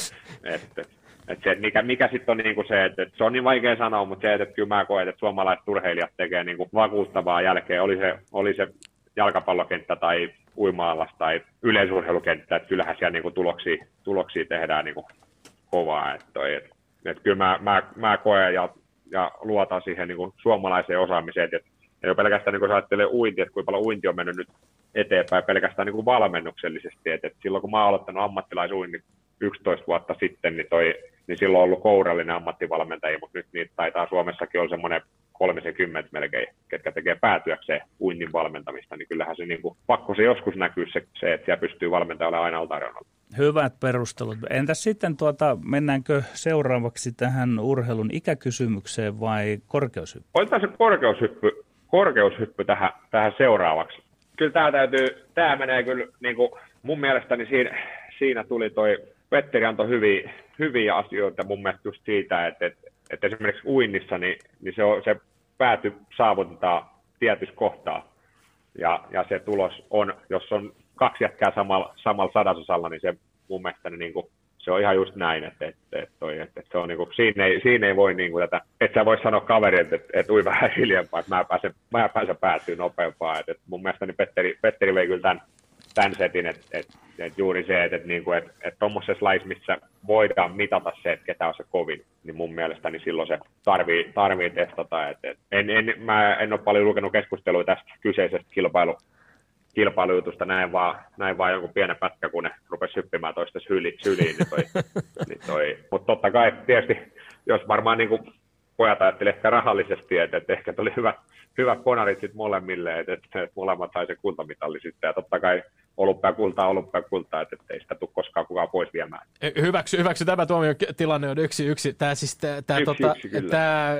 et, et, et se, mikä mikä sitten on niinku se, että et se on niin vaikea sanoa, mutta se, että et kyllä mä koen, että suomalaiset urheilijat tekee niinku vakuuttavaa jälkeen. Oli se, oli se jalkapallokenttä tai uima-alas tai yleisurheilukenttä, että kyllähän siellä niinku tuloksia, tuloksia tehdään niinku kovaa. Että et, et kyllä mä, mä, mä koen ja, ja luotan siihen niinku suomalaiseen osaamiseen, että ei ole pelkästään, niin kun sä ajattelee uinti, että kuinka paljon uinti on mennyt nyt eteenpäin pelkästään niin kuin valmennuksellisesti. Et, et silloin kun mä oon aloittanut ammattilaisuinnin yksitoista vuotta sitten, niin, toi, niin silloin on ollut kourallinen ammattivalmentaja, mutta nyt niitä taitaa Suomessakin olla semmoinen kolmekymmentä melkein, ketkä tekee päätyökseen uinnin valmentamista, niin kyllähän se niin kuin, pakko se joskus näkyy se, se että siellä pystyy valmentamaan aina altareunalla. Hyvät perustelut. Entäs sitten tuota, mennäänkö seuraavaksi tähän urheilun ikäkysymykseen vai korkeushyppy? Otetaan se korkeushyppy. korkeushyppy tähän, tähän seuraavaksi. Kyllä tämä täytyy, tämä menee kyllä niin kuin mun mielestäni siinä, siinä tuli toi, Petteri antoi hyviä, hyviä asioita mun mielestä just siitä, että, että, että esimerkiksi uinnissa niin, niin se, on, se pääty saavutetaan tietyssä kohtaa ja, ja se tulos on, jos on kaksi jätkää samalla, samalla sadasosalla, niin se mun mielestäni niin kuin, se on ihan just näin, että, että, että, toi, että, että se on niinku, siinä, ei, siinä ei voi niinku tätä, että sä vois sanoa kaverille, että, että ui vähän hiljempaa, että mä pääsen, mä pääsen päätyä nopeampaa. Että, että mun mielestäni Petteri, Petteri vei kyllä tämän, tämän setin, että, että, että juuri se, että, että, että, että, että tuommoisessa lajissa, missä voidaan mitata se, että ketä on se kovin, niin mun mielestäni silloin se tarvii, tarvii testata. Että, että en, en, mä en ole paljon lukenut keskustelua tästä kyseisestä kilpailu, kilpailujutusta näin vaan, näin vaan jonkun pienen pätkä, kun ne rupesi hyppimään toista syliin, syliin niin toi, niin toi. Mutta totta kai tietysti, jos varmaan niin kuin pojat ajatteli ehkä rahallisesti, että, että ehkä tuli hyvät, hyvät ponarit sitten molemmille, että, että molemmat sai se kultamitalli sitten, ja totta kai olympiakultaa, olympiakultaa, että ei sitä tule koskaan kukaan pois viemään. Hyväksy, hyväksy tämä tuomio tilanne on yksi yksi. Tämä siis, tämä, tämä, yksi, tota, yksi, tämä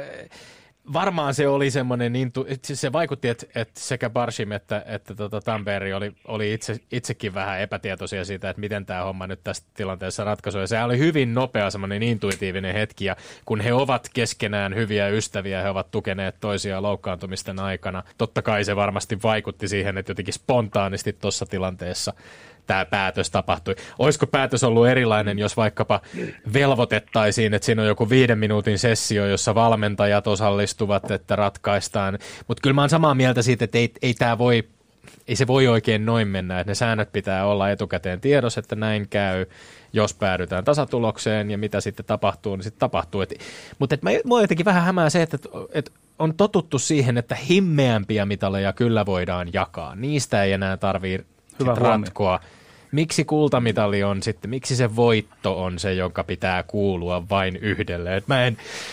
varmaan se oli semmoinen, intu, se vaikutti, että, että sekä Barshim että, että tota Tampere oli, oli itse, itsekin vähän epätietoisia siitä, että miten tämä homma nyt tässä tilanteessa ratkaisui. Ja se oli hyvin nopea semmoinen intuitiivinen hetki, ja kun he ovat keskenään hyviä ystäviä, he ovat tukeneet toisiaan loukkaantumisten aikana. Totta kai se varmasti vaikutti siihen, että jotenkin spontaanisti tuossa tilanteessa tämä päätös tapahtui. Olisiko päätös ollut erilainen, jos vaikkapa velvoitettaisiin, että siinä on joku viiden minuutin sessio, jossa valmentajat osallistuvat, että ratkaistaan. Mutta kyllä mä oon samaa mieltä siitä, että ei, ei, tää voi, ei se voi oikein noin mennä, että ne säännöt pitää olla etukäteen tiedossa, että näin käy, jos päädytään tasatulokseen ja mitä sitten tapahtuu, niin sitten tapahtuu. Et, mutta et mä, mua jotenkin vähän hämää se, että et on totuttu siihen, että himmeämpiä mitaleja kyllä voidaan jakaa. Niistä ei enää tarvitse ratkoa. Miksi kultamitali on sitten, miksi se voitto on se, jonka pitää kuulua vain yhdelle? Et mä en,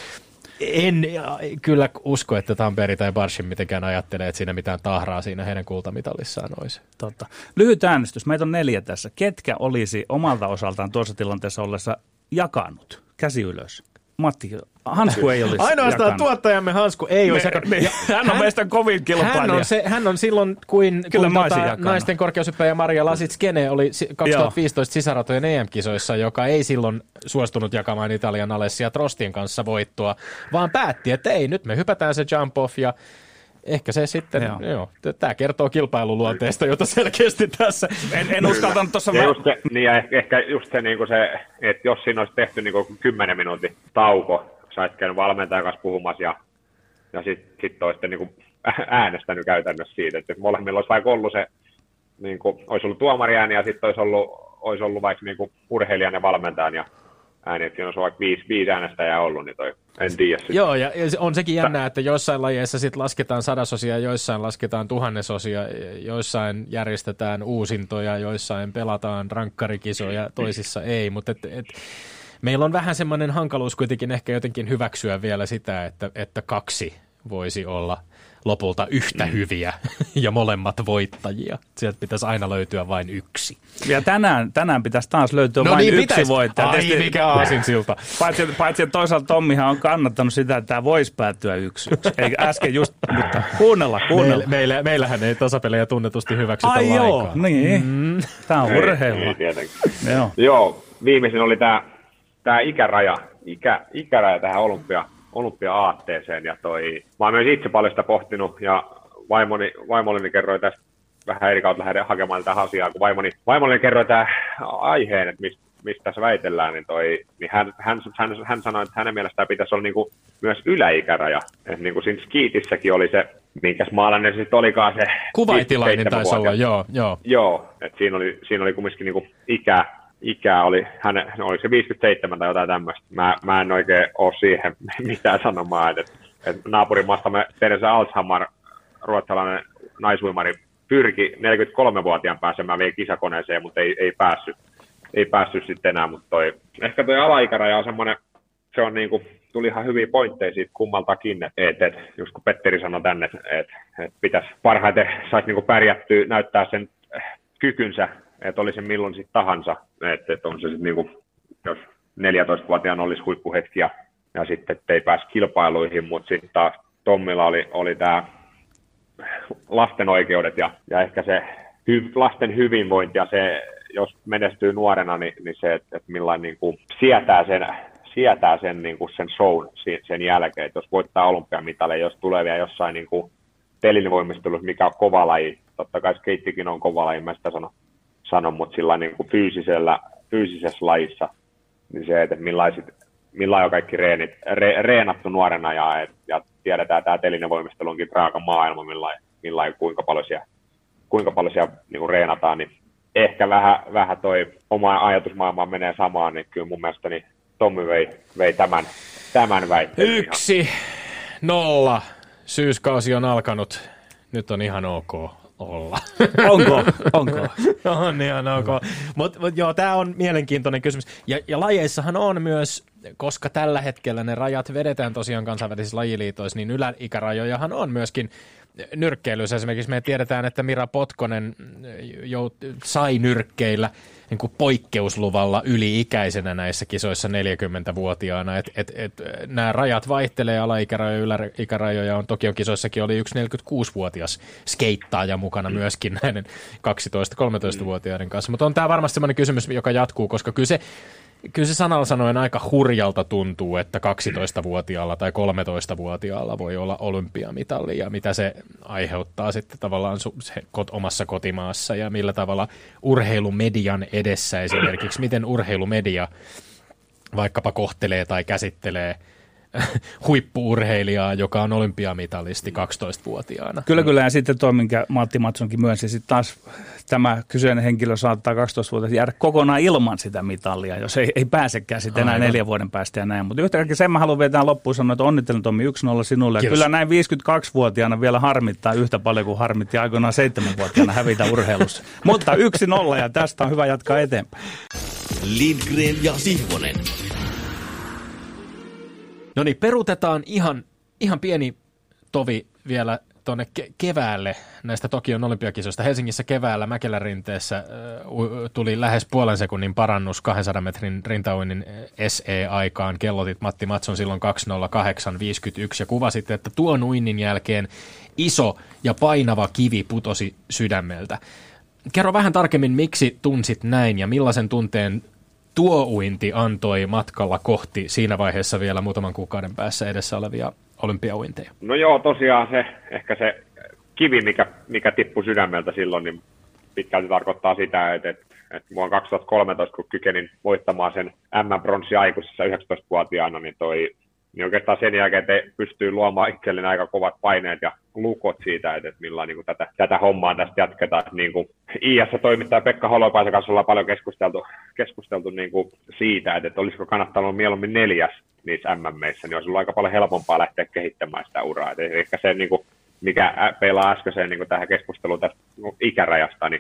en kyllä usko, että Tampere tai Barshim mitenkään ajattelee, että siinä mitään tahraa siinä heidän kultamitalissaan olisi. Totta. Lyhyt äänestys. Meitä on neljä tässä. Ketkä olisi omalta osaltaan tuossa tilanteessa ollessa jakanut? Käsi ylös. Matti, Hansku ei olisi ainoastaan jakanut. Tuottajamme Hansku ei olisi jakanut. Me, hän on hän, meistä kovin kilpailija. Hän on, se, hän on silloin, kuin, kun tota, naisten korkeushyppäjä Maria Lasitskene oli kaksituhattaviisitoista sisaratojen E M-kisoissa, joka ei silloin suostunut jakamaan Italian Alessia Trostin kanssa voittoa, vaan päätti, että ei, nyt me hypätään se jump off ja ehkä se sitten, joo. Joo, tämä kertoo kilpailuluonteesta, jota selkeästi tässä. En, en uskaltanut tuossa. Ja, just se, niin ja ehkä just se, niin se että jos siinä olisi tehty niin kymmenen minuutin tauko, sä olisit käynyt valmentajan kanssa puhumassa ja, ja sitten sit olisitte niin äänestänyt käytännössä siitä, että molemmilla olisi vaikka ollut se, niin kuin, olisi ollut tuomariääni ja sitten olisi ollut, olisi ollut vaikka niin urheilijan ja valmentajan ja ääni, että siinä olisi vaikka viisi, viisi äänestäjää ollut, niin toi en tiedä. Sit. Joo, ja on sekin jännää, että joissain lajeissa sit lasketaan sadasosia, joissain lasketaan tuhannesosia, joissain järjestetään uusintoja, joissain pelataan rankkarikisoja, toisissa ei, mutta et, et, meillä on vähän semmoinen hankaluus kuitenkin ehkä jotenkin hyväksyä vielä sitä, että, että kaksi voisi olla lopulta yhtä hyviä ja molemmat voittajia. Sieltä pitäisi aina löytyä vain yksi. Ja tänään, tänään pitäisi taas löytyä no vain niin, yksi pitäisi. voittaja. Ai Tietysti, mikä aasinsilta. Paitsi, paitsi että toisaalta Tommihan on kannattanut sitä, että tämä voisi päättyä yksi yksi. Eikä äsken just, mutta kuunnella, kuunnella. Meillä, meillä, meillähän ei tasapelejä tunnetusti hyväksytä Ai lainkaan. joo, niin. Mm. Tämä on urheilua. Joo. joo, viimeisin oli tämä, tämä ikäraja, ikä, ikäraja tähän olympia, olympia-aatteeseen. Ja toi, mä oon myös itse paljon sitä pohtinut ja vaimoni, vaimolleni kerroi tästä vähän eri kautta lähden hakemaan tätä asiaa, kun vaimoni, vaimolleni kerroi tämä aiheen, että mistä, mistä tässä väitellään, niin, toi, niin hän, hän, hän, hän sanoi, että hänen mielestään pitäisi olla niinku myös yläikäraja. Että niinku siinä skiitissäkin oli se, minkäs maalainen se sitten olikaan se... Kuvaitilainen taisi olla, joo. Joo, joo että siinä oli, siinä oli kumminkin niinku ikä, ikä oli, hän, oli se viisikymmentäseitsemän tai jotain tämmöistä. Mä, mä en oikein ole siihen mitään sanomaan, että, että naapurimaasta me Teresa Alshammar, ruotsalainen naisuimari, pyrki neljäkymmentäkolmevuotiaan pääsemään vielä kisakoneeseen, mutta ei, ei päässyt. Ei päässyt sitten enää, mutta toi, ehkä toi alaikäraja on semmoinen, se on niinku, tuli ihan hyviä pointteja siitä kummaltakin, että et, just kun Petteri sanoi tänne, että et, et pitäisi parhaiten saisi niinku pärjättyä, näyttää sen kykynsä, että oli se milloin sitten tahansa, että et on se sitten niinku, jos neljätoistavuotiaana olisi huippuhetki ja, ja sitten ei pääsi kilpailuihin, mutta sitten taas Tommilla oli, oli tämä lasten oikeudet ja, ja ehkä se hy, lasten hyvinvointi ja se, jos menestyy nuorena, niin, niin se, että, että millainen niin kuin sietää sen, sietää sen, niin kuin sen shown sen jälkeen, että jos voittaa olympiamitaleja, jos tulee vielä jossain niin kuin telinevoimistelussa, mikä on kova laji, totta kai skeittikin on kova laji, mä sitä sanon, sanon mutta sillä niin kuin fyysisellä, fyysisessä lajissa, niin se, että millaiset, millainen on kaikki reenit, re, reenattu nuorena ja, et, ja tiedetään tämä telinevoimistelu onkin raaka maailma, millainen, millainen kuinka paljon siellä, kuinka paljon siellä niin kuin reenataan, niin ehkä vähän, vähän toi oma ajatusmaailma menee samaan, niin kyllä mun mielestäni Tommi vei, vei tämän, tämän väitteen. Yksi, ihan. Nolla. Syyskausi on alkanut. Nyt on ihan ok olla. Onko? Onko? On ihan ok. Mutta mut joo, tämä on mielenkiintoinen kysymys. Ja, ja lajeissahan on myös, koska tällä hetkellä ne rajat vedetään tosiaan kansainvälisissä lajiliitoissa, niin yläikärajojahan on myöskin nyrkkeilyssä. Esimerkiksi me tiedetään, että Mira Potkonen jout- sai nyrkkeillä niin kuin poikkeusluvalla yli-ikäisenä näissä kisoissa neljäkymmentävuotiaana. Et, et, et, nämä rajat vaihtelee, alaikärajoja ja yläikärajoja on. Tokion kisoissakin oli yksi neljäkymmentäkuusivuotias skeittaaja mukana myöskin näiden kaksitoista-kolmetoistavuotiaiden kanssa. Mutta on tämä varmasti sellainen kysymys, joka jatkuu, koska kyllä se Kyllä se sanalla sanoen aika hurjalta tuntuu, että kaksitoistavuotiaalla tai kolmetoistavuotiaalla voi olla olympiamitalli ja mitä se aiheuttaa sitten tavallaan su- se kot- omassa kotimaassa ja millä tavalla urheilumedian edessä esimerkiksi, miten urheilumedia vaikkapa kohtelee tai käsittelee huippu-urheilijaa, joka on olympiamitalisti kaksitoistavuotiaana. Kyllä, kyllä. Ja sitten tuo, minkä Matti Mattsonkin myönsi, sitten taas tämä kyseinen henkilö saattaa kaksitoistavuotiaana jäädä kokonaan ilman sitä mitalia, jos ei, ei pääsekään sitten enää Aivan. neljän vuoden päästä ja näin. Mutta yhtäkkiä sen mä haluan vetää loppuun sanoa, että onnittelen Tommi yksi nolla sinulle. Ja kyllä näin viisikymmentäkaksivuotiaana vielä harmittaa yhtä paljon kuin harmitti aikoinaan seitsemänvuotiaana hävitä urheilussa. Mutta yksi nolla ja tästä on hyvä jatkaa eteenpäin. Lindgren ja Sihvonen. No niin, peruutetaan ihan, ihan pieni tovi vielä tuonne ke- keväälle näistä Tokion olympiakisoista. Helsingissä keväällä Mäkelänrinteessä äh, tuli lähes puolen sekunnin parannus kahdensadan metrin rintauinnin S E-aikaan. Kellotit Matti Matsson silloin kaksi nolla kahdeksan viisikymmentäyksi ja kuvasit, että tuon uinnin jälkeen iso ja painava kivi putosi sydämeltä. Kerro vähän tarkemmin, miksi tunsit näin ja millaisen tunteen tuo uinti antoi matkalla kohti siinä vaiheessa vielä muutaman kuukauden päässä edessä olevia olympiauinteja? No joo, tosiaan se, ehkä se kivi, mikä, mikä tippui sydämeltä silloin, niin pitkälti tarkoittaa sitä, että, että, että vuonna kaksituhattakolmetoista, kun kykenin voittamaan sen äm äm-pronssi aikuisessa yhdeksäntoistavuotiaana, niin toi niin oikeastaan sen jälkeen te pystyy luomaan itselleen aika kovat paineet ja lukot siitä, että, että millä niin kuin tätä, tätä hommaa tästä jatketaan. Niin kuin I S-toimittaja Pekka Holopaisen kanssa ollaan paljon keskusteltu, keskusteltu niin kuin siitä, että, että olisiko kannattanut mieluummin neljäs niissä äm äm-meissä, niin olisi ollut aika paljon helpompaa lähteä kehittämään sitä uraa. Et ehkä se, niin kuin, mikä peilaa äskeiseen niin kuin tähän keskusteluun tästä ikärajasta, niin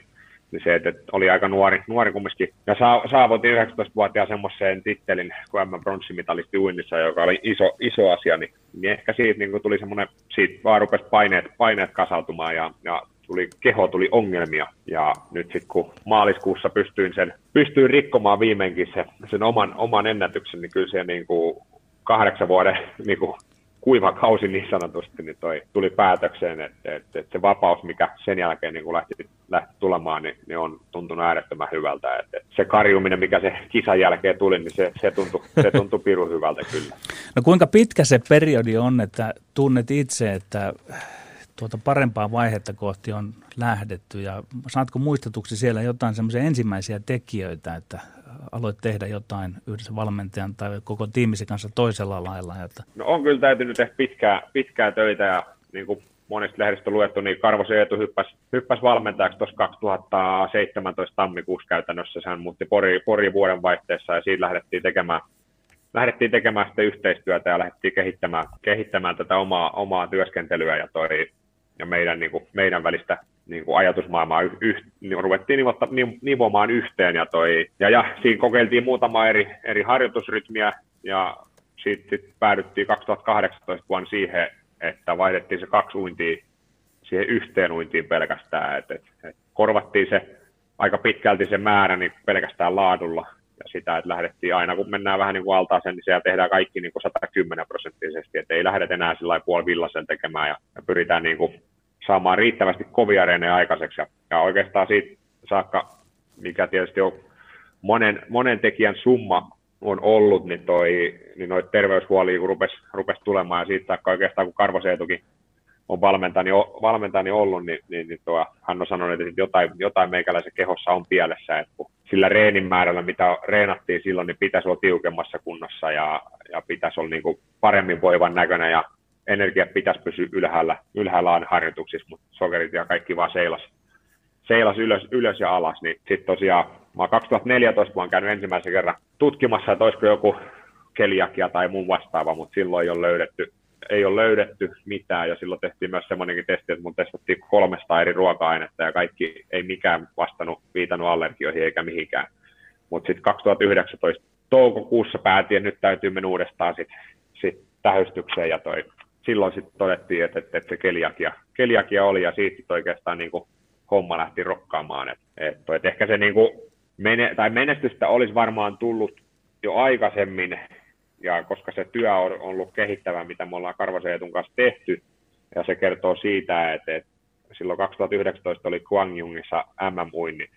niin se, että oli aika nuori, nuori kumminkin. Ja saavutin yhdeksäntoistavuotiaan semmoiseen tittelin kuin M-pronssimitalisti uinnissa, joka oli iso, iso asia, niin, niin ehkä siitä niin tuli semmoinen, siitä vaan rupesi paineet, paineet kasautumaan ja, ja tuli, keho tuli ongelmia. Ja nyt sitten kun maaliskuussa pystyin, sen, pystyin rikkomaan viimeinkin se, sen oman, oman ennätyksen, niin kyllä se niin kuin kahdeksan vuoden niin kuin kuiva kausi niin sanotusti, niin toi tuli päätökseen, että, että, että se vapaus, mikä sen jälkeen niin kun lähti, lähti tulemaan, niin, niin on tuntunut äärettömän hyvältä. Että se karjuminen, mikä se kisan jälkeen tuli, niin se, se tuntui, se tuntui pirun hyvältä kyllä. No kuinka pitkä se periodi on, että tunnet itse, että tuota parempaa vaihetta kohti on lähdetty ja saatko muistetuksi siellä jotain semmoisia ensimmäisiä tekijöitä, että aloit tehdä jotain yhdessä valmentajan tai koko tiimisi kanssa toisella lailla? Että... No on kyllä täytynyt tehdä pitkää, pitkää töitä ja niin kuin monesta lehdistä luettu, niin Karvosen Eetu hyppäsi, hyppäsi valmentajaksi tuossa kaksituhattaseitsemäntoista tammikuussa käytännössä. Hän muutti Pori, Pori vuoden vaihteessa ja siitä lähdettiin tekemään, lähdettiin tekemään sitä yhteistyötä ja lähdettiin kehittämään, kehittämään tätä omaa, omaa työskentelyä ja, toi, ja meidän, niin kuin, meidän välistä niin kuin ajatusmaailmaa yh, yh, niin ruvettiin nivotta, nivomaan yhteen ja, toi, ja, ja siinä kokeiltiin muutama eri, eri harjoitusrytmiä ja sitten sit päädyttiin kaksituhattakahdeksantoista vuonna siihen, että vaihdettiin se kaksi uintia siihen yhteen uintiin pelkästään, että et, et korvattiin se aika pitkälti se määrä niin pelkästään laadulla ja sitä, että lähdettiin aina kun mennään vähän niin kuin altaaseen, niin siellä tehdään kaikki niin kuin sata kymmenen prosenttisesti, että ei lähdetä enää sillä puoli villaisen tekemään ja, ja pyritään niin kuin saamaan riittävästi kovia reenejä aikaiseksi. Ja, ja oikeastaan siitä saakka, mikä tietysti on monen, monen tekijän summa on ollut, niin, toi, niin noita terveyshuolia kun rupesi, rupesi tulemaan, ja siitä saakka oikeastaan kun Karvosen Eetukin on valmentajani, valmentajani ollut, niin, niin, niin tuo, hän on sanonut, että jotain, jotain meikäläisen kehossa on pielessä, että kun sillä reenin määrällä, mitä reenattiin silloin, niin pitäisi olla tiukemmassa kunnossa, ja, ja pitäisi olla niin kuin paremmin voivan näköinen, ja energia pitäisi pysyä ylhäällä, ylhäällä harjoituksissa, mutta sokerit ja kaikki vaan seilas, seilas ylös, ylös ja alas. Niin sitten tosiaan, mä oon kaksituhattaneljätoista kun olen käynyt ensimmäisen kerran tutkimassa, että olisiko joku keliakia tai muu vastaava, mutta silloin ei ole löydetty, ei ole löydetty mitään. Ja silloin tehtiin myös semmoinenkin testi, että mun testattiin kolmesta eri ruoka-ainetta ja kaikki ei mikään vastannut, viitannut allergioihin eikä mihinkään. Mutta sitten kaksituhattayhdeksäntoista toukokuussa päätin, että nyt täytyy mennä uudestaan sitten sit tähystykseen ja toi. Silloin sitten todettiin, että, että, että se keliakia, keliakia oli ja siitä oikeastaan niin kuin homma lähti rokkaamaan. Et, et, et ehkä se niin kuin mene, tai menestystä olisi varmaan tullut jo aikaisemmin, ja koska se työ on ollut kehittävää, mitä me ollaan Karvosen Eetun kanssa tehty, ja se kertoo siitä, että, että silloin kaksituhattayhdeksäntoista oli Gwangyungissa M M-uinnit,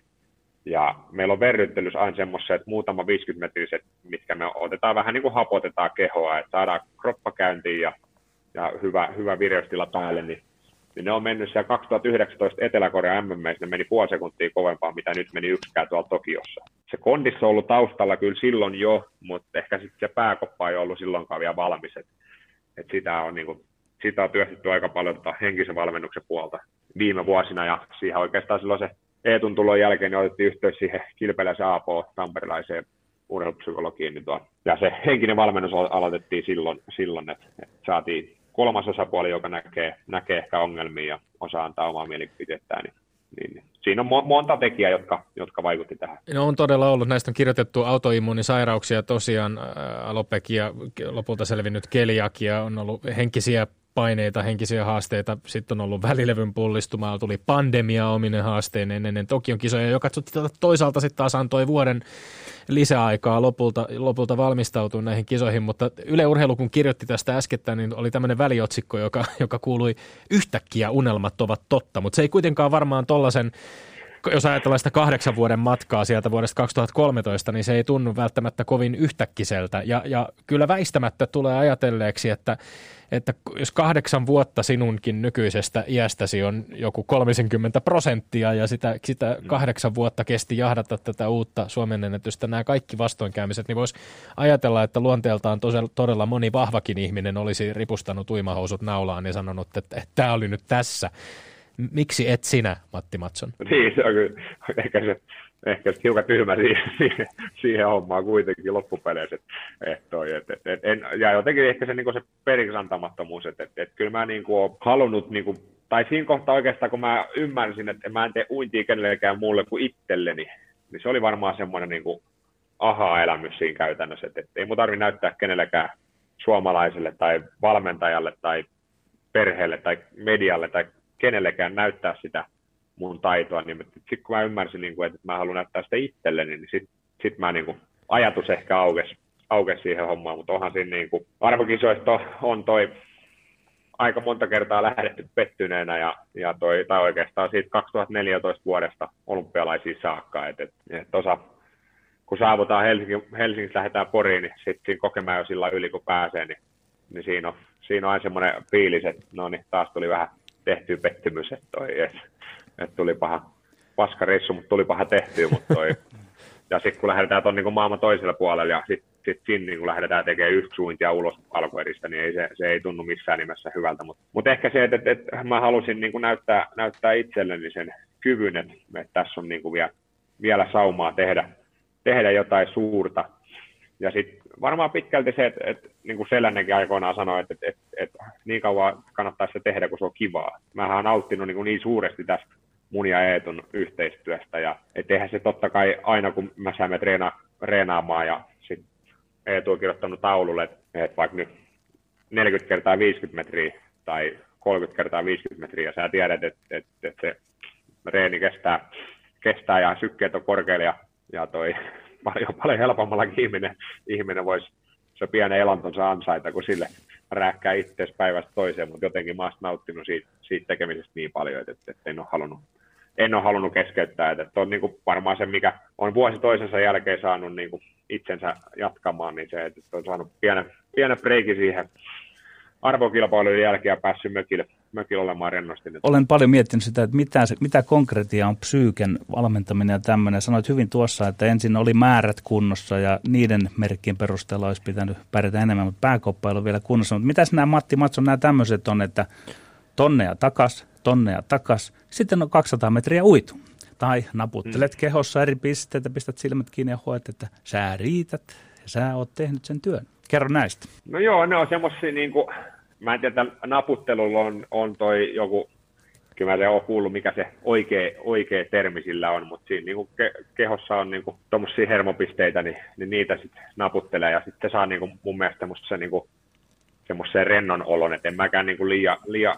ja meillä on verryttelyssä aina semmoisia, että muutama viisikymmentä-metriset, mitkä me otetaan vähän niin kuin hapotetaan kehoa, että saadaan kroppa käyntiin ja ja hyvä, hyvä vireystila päälle, niin, niin ne on mennyt siellä kaksituhattayhdeksäntoista Etelä-Korean M M:ssä, ne meni puoli sekuntia kovempaa, mitä nyt meni yksikään tuolla Tokiossa. Se kondissa on ollut taustalla kyllä silloin jo, mutta ehkä sitten se pääkoppa ei ollut silloinkaan vielä valmis. Et, et sitä, on, niin kuin, sitä on työstetty aika paljon tota henkisen valmennuksen puolta viime vuosina, ja siihen oikeastaan silloin se Eetun tulon jälkeen niin otettiin yhteys siihen Kilpeläisen A P O-tamperilaiseen urheilupsykologiin, niin tuo, ja se henkinen valmennus aloitettiin silloin, silloin että, että saatiin kolmas osapuoli, joka näkee, näkee ehkä ongelmia ja osaa antaa omaa mielipiteettään, niin, niin, niin. Siinä on mo- monta tekijää, jotka, jotka vaikutti tähän. No on todella ollut. Näistä on kirjoitettu autoimmuunisairauksia tosiaan, ää, alopekia, lopulta selvinnyt keliakia, on ollut henkisiä paineita, henkisiä haasteita, sitten on ollut välilevyn pullistumaa, tuli pandemia ominen haasteineen ennen Tokion kisoja, joka toisaalta sitten taas antoi vuoden lisäaikaa lopulta, lopulta valmistautua näihin kisoihin, mutta Yle Urheilu, kun kirjoitti tästä äskettäin, niin oli tämmöinen väliotsikko, joka, joka kuului yhtäkkiä unelmat ovat totta, mutta se ei kuitenkaan varmaan tollaisen, jos ajatellaan sitä kahdeksan vuoden matkaa sieltä vuodesta kaksituhattakolmetoista, niin se ei tunnu välttämättä kovin yhtäkkiseltä. Ja, ja kyllä väistämättä tulee ajatelleeksi, että, että jos kahdeksan vuotta sinunkin nykyisestä iästäsi on joku kolmekymmentä prosenttia ja sitä, sitä kahdeksan vuotta kesti jahdata tätä uutta Suomen ennätystä, nämä kaikki vastoinkäymiset, niin voisi ajatella, että luonteeltaan todella moni vahvakin ihminen olisi ripustanut uimahousut naulaan ja sanonut, että, että tämä oli nyt tässä. Miksi et sinä, Matti Mattsson? Niin, se on kyllä ehkä se, ehkä se hiukan tyhmä siihen, siihen, siihen hommaan kuitenkin loppupeleissä. Et, et, et, et, en, ja jotenkin ehkä se, niin se periksi antamattomuus, että et, et, kyllä mä niin kuin, olen halunnut niin kuin, tai siinä kohtaa oikeastaan, kun mä ymmärsin, että mä en tee uintia kenellekään muulle kuin itselleni, niin se oli varmaan semmoinen niin kuin aha-elämys siinä käytännössä, että, että ei mun tarvitse näyttää kenellekään suomalaiselle tai valmentajalle tai perheelle tai medialle tai kenellekään näyttää sitä mun taitoa, niin sitten kun mä ymmärsin, niin kuin, että mä haluan näyttää sitä itselleni, niin sitten sit mä niin kuin, ajatus ehkä aukesi, aukesi siihen hommaan, mutta onhan siinä niin kuin, arvokisoista on toi aika monta kertaa lähdetty pettyneenä ja, ja toi, tai oikeastaan siitä kaksituhattaneljätoista vuodesta olympialaisiin saakka, että et, et osa, kun saavutaan Helsingin, Helsingistä lähdetään Poriin, niin sitten siinä Kokemäen yli kun pääsee, niin, niin siinä on, siinä on aina semmoinen fiilis, että no niin, taas tuli vähän tehtyä pettymys, että toi, et, et tuli paha paskareissu, mutta tuli paha tehtyä, mutta toi, ja sitten kun lähdetään tuon niin maailman toisella puolella ja sitten sit siinä niin kun lähdetään tekemään yksi uintia ulos alkueristä, niin ei, se, se ei tunnu missään nimessä hyvältä. Mutta mut ehkä se, että, että, että mä halusin niin näyttää, näyttää itselleni sen kyvyn, että, että tässä on niin vielä, vielä saumaa tehdä, tehdä jotain suurta. Ja sitten varmaan pitkälti se, että, että niin kuin Selännenkin aikoinaan sanoi, että, että, että, että niin kauan kannattaa se tehdä, kun se on kivaa. Mähän olen nauttinut niin, niin suuresti tästä mun ja Eetun yhteistyöstä. Ja et eihän se totta kai aina, kun mä saimme treena, treenaamaan ja sitten Eetu on kirjoittanut taululle, että, että vaikka nyt neljäkymmentä kertaa viisikymmentä metriä tai kolmekymmentä kertaa viisikymmentä metriä, ja sä tiedät, että, että, että se reeni kestää, kestää ja sykkeet on korkealla ja, ja toi paljon, paljon helpommallakin ihminen, ihminen voisi se pienen elantonsa ansaita, kun sille rääkkää itseäsi päivästä toiseen, mutta jotenkin mä oon nauttinut siitä, siitä tekemisestä niin paljon, että, että en ole halunnut, en ole halunnut keskeyttää. Että, että on niin kuin varmaan se, mikä on vuosi toisensa jälkeen saanut niin kuin itsensä jatkamaan, niin se, että on saanut pienen, pienen breikin siihen arvokilpailujen jälkeen ja päässyt mökille, mökille olemaan rennosti. Olen paljon miettinyt sitä, että mitä, se, mitä konkreettia on psyyken valmentaminen ja tämmöinen. Sanoit hyvin tuossa, että ensin oli määrät kunnossa ja niiden merkkien perusteella olisi pitänyt pärjätä enemmän, mutta pääkoppailu on vielä kunnossa. Mutta mitäs nämä Matti Matson, nämä tämmöiset on, että tonne ja takas, tonne ja takas, sitten on kaksisataa metriä uitu. Tai naputtelet mm. kehossa eri pisteitä, pistät silmät kiinni ja hoet, että sä riität ja sä oot tehnyt sen työn. Kerro näistä. No joo, ne on semmosia niinku, mä en tiedä, naputtelulla on, on toi joku, kyllä mä en ole kuullut mikä se oikea, oikea termi sillä on, mutta siinä niinku ke, kehossa on niinku tommosia hermopisteitä, niin, niin niitä sitten naputtelee ja sitten se saa niinku mun mielestä semmoisen niinku, semmoisen rennon olon, että en mäkään niinku liian, liian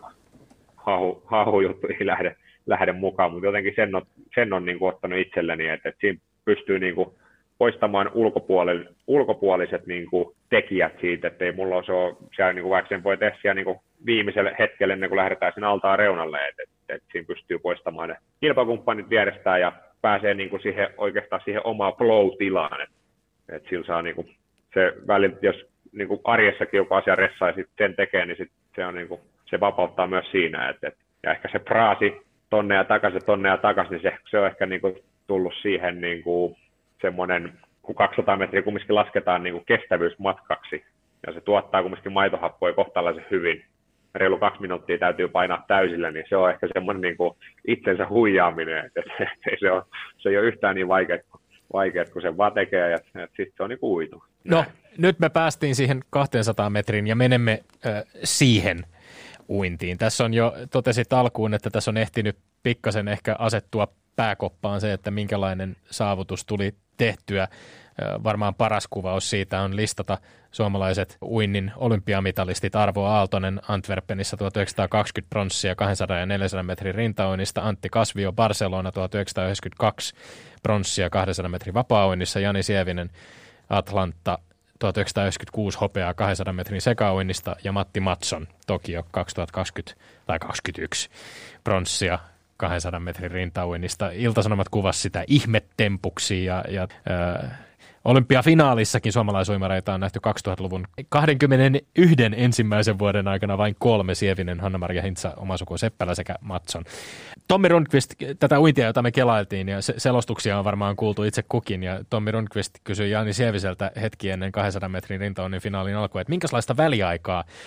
hahu, hahujuttuihin lähde, lähde mukaan, mutta jotenkin sen on, sen on niinku ottanut itselleni, että, että siinä pystyy niinku poistamaan ulkopuoliset niin kuin, tekijät siitä, että ei mulla se ole siellä, niin kuin, vaikka sen voi tehdä siellä niin kuin, viimeiselle hetkelle, ennen kuin lähdetään sinne altaan reunalle, että, että, että siinä pystyy poistamaan ne kilpakumppanit vierestään ja pääsee niin kuin, siihen, oikeastaan siihen omaan flow-tilaan, että, että sillä saa niin kuin, se välillä, jos niin kuin, arjessakin joku asia ressaa ja sitten sen tekee, niin sit se, on, niin kuin, se vapauttaa myös siinä, että, että, ja ehkä se fraasi tonne ja takaisin, tonne ja takaisin, niin se, se on ehkä niin kuin, tullut siihen niin kuin, semmoinen, kun kaksisataa metriä kumminkin lasketaan niin kuin kestävyysmatkaksi, ja se tuottaa kumminkin maitohappoja kohtalaisen hyvin. Reilu kaksi minuuttia täytyy painaa täysillä, niin se on ehkä semmoinen niin kuin itsensä huijaaminen, että se, se, on, se ei ole yhtään niin vaikeat, vaikeat kun se vaan tekee, ja sitten se on niin kuin uitu. No, nyt me päästiin siihen kaksisataa metrin ja menemme äh, siihen uintiin. Tässä on jo, totesit alkuun, että tässä on ehtinyt pikkasen ehkä asettua pääkoppaan se, että minkälainen saavutus tuli tehtyä. Varmaan paras kuvaus siitä on listata suomalaiset uinnin olympiamitalistit Arvo Aaltonen Antwerpenissa tuhatyhdeksänsataakaksikymmentä pronssia kaksisataa ja neljäsataa metrin rintauinnista, Antti Kasvio Barcelona tuhatyhdeksänsataayhdeksänkymmentäkaksi pronssia kahdensadan metrin vapaa-uinnissa, Jani Sievinen Atlanta tuhatyhdeksänsataayhdeksänkymmentäkuusi hopeaa kahdensadan metrin sekauinnista ja Matti Matson Tokio kaksituhattakaksikymmentä tai kaksikymmentäyksi pronssia kahdensadan metrin rintauinnista. Ilta-Sanomat kuvasi sitä ihmettempuksi ja, ja äh, olympiafinaalissakin suomalaisuimareita on nähty kaksituhattaluvun kaksikymmentäyksi ensimmäisen vuoden aikana vain kolme, Sievinen, Hanna-Maria Hintsa, Omasuku Seppälä sekä Matson. Tommi Rundqvist, tätä uintia, jota me kelailtiin ja selostuksia on varmaan kuultu itse kukin ja Tommi Rundqvist kysyi Jani Sieviseltä hetki ennen kahdensadan metrin rintauinnin finaalin alkua, että minkälaista väliaikaa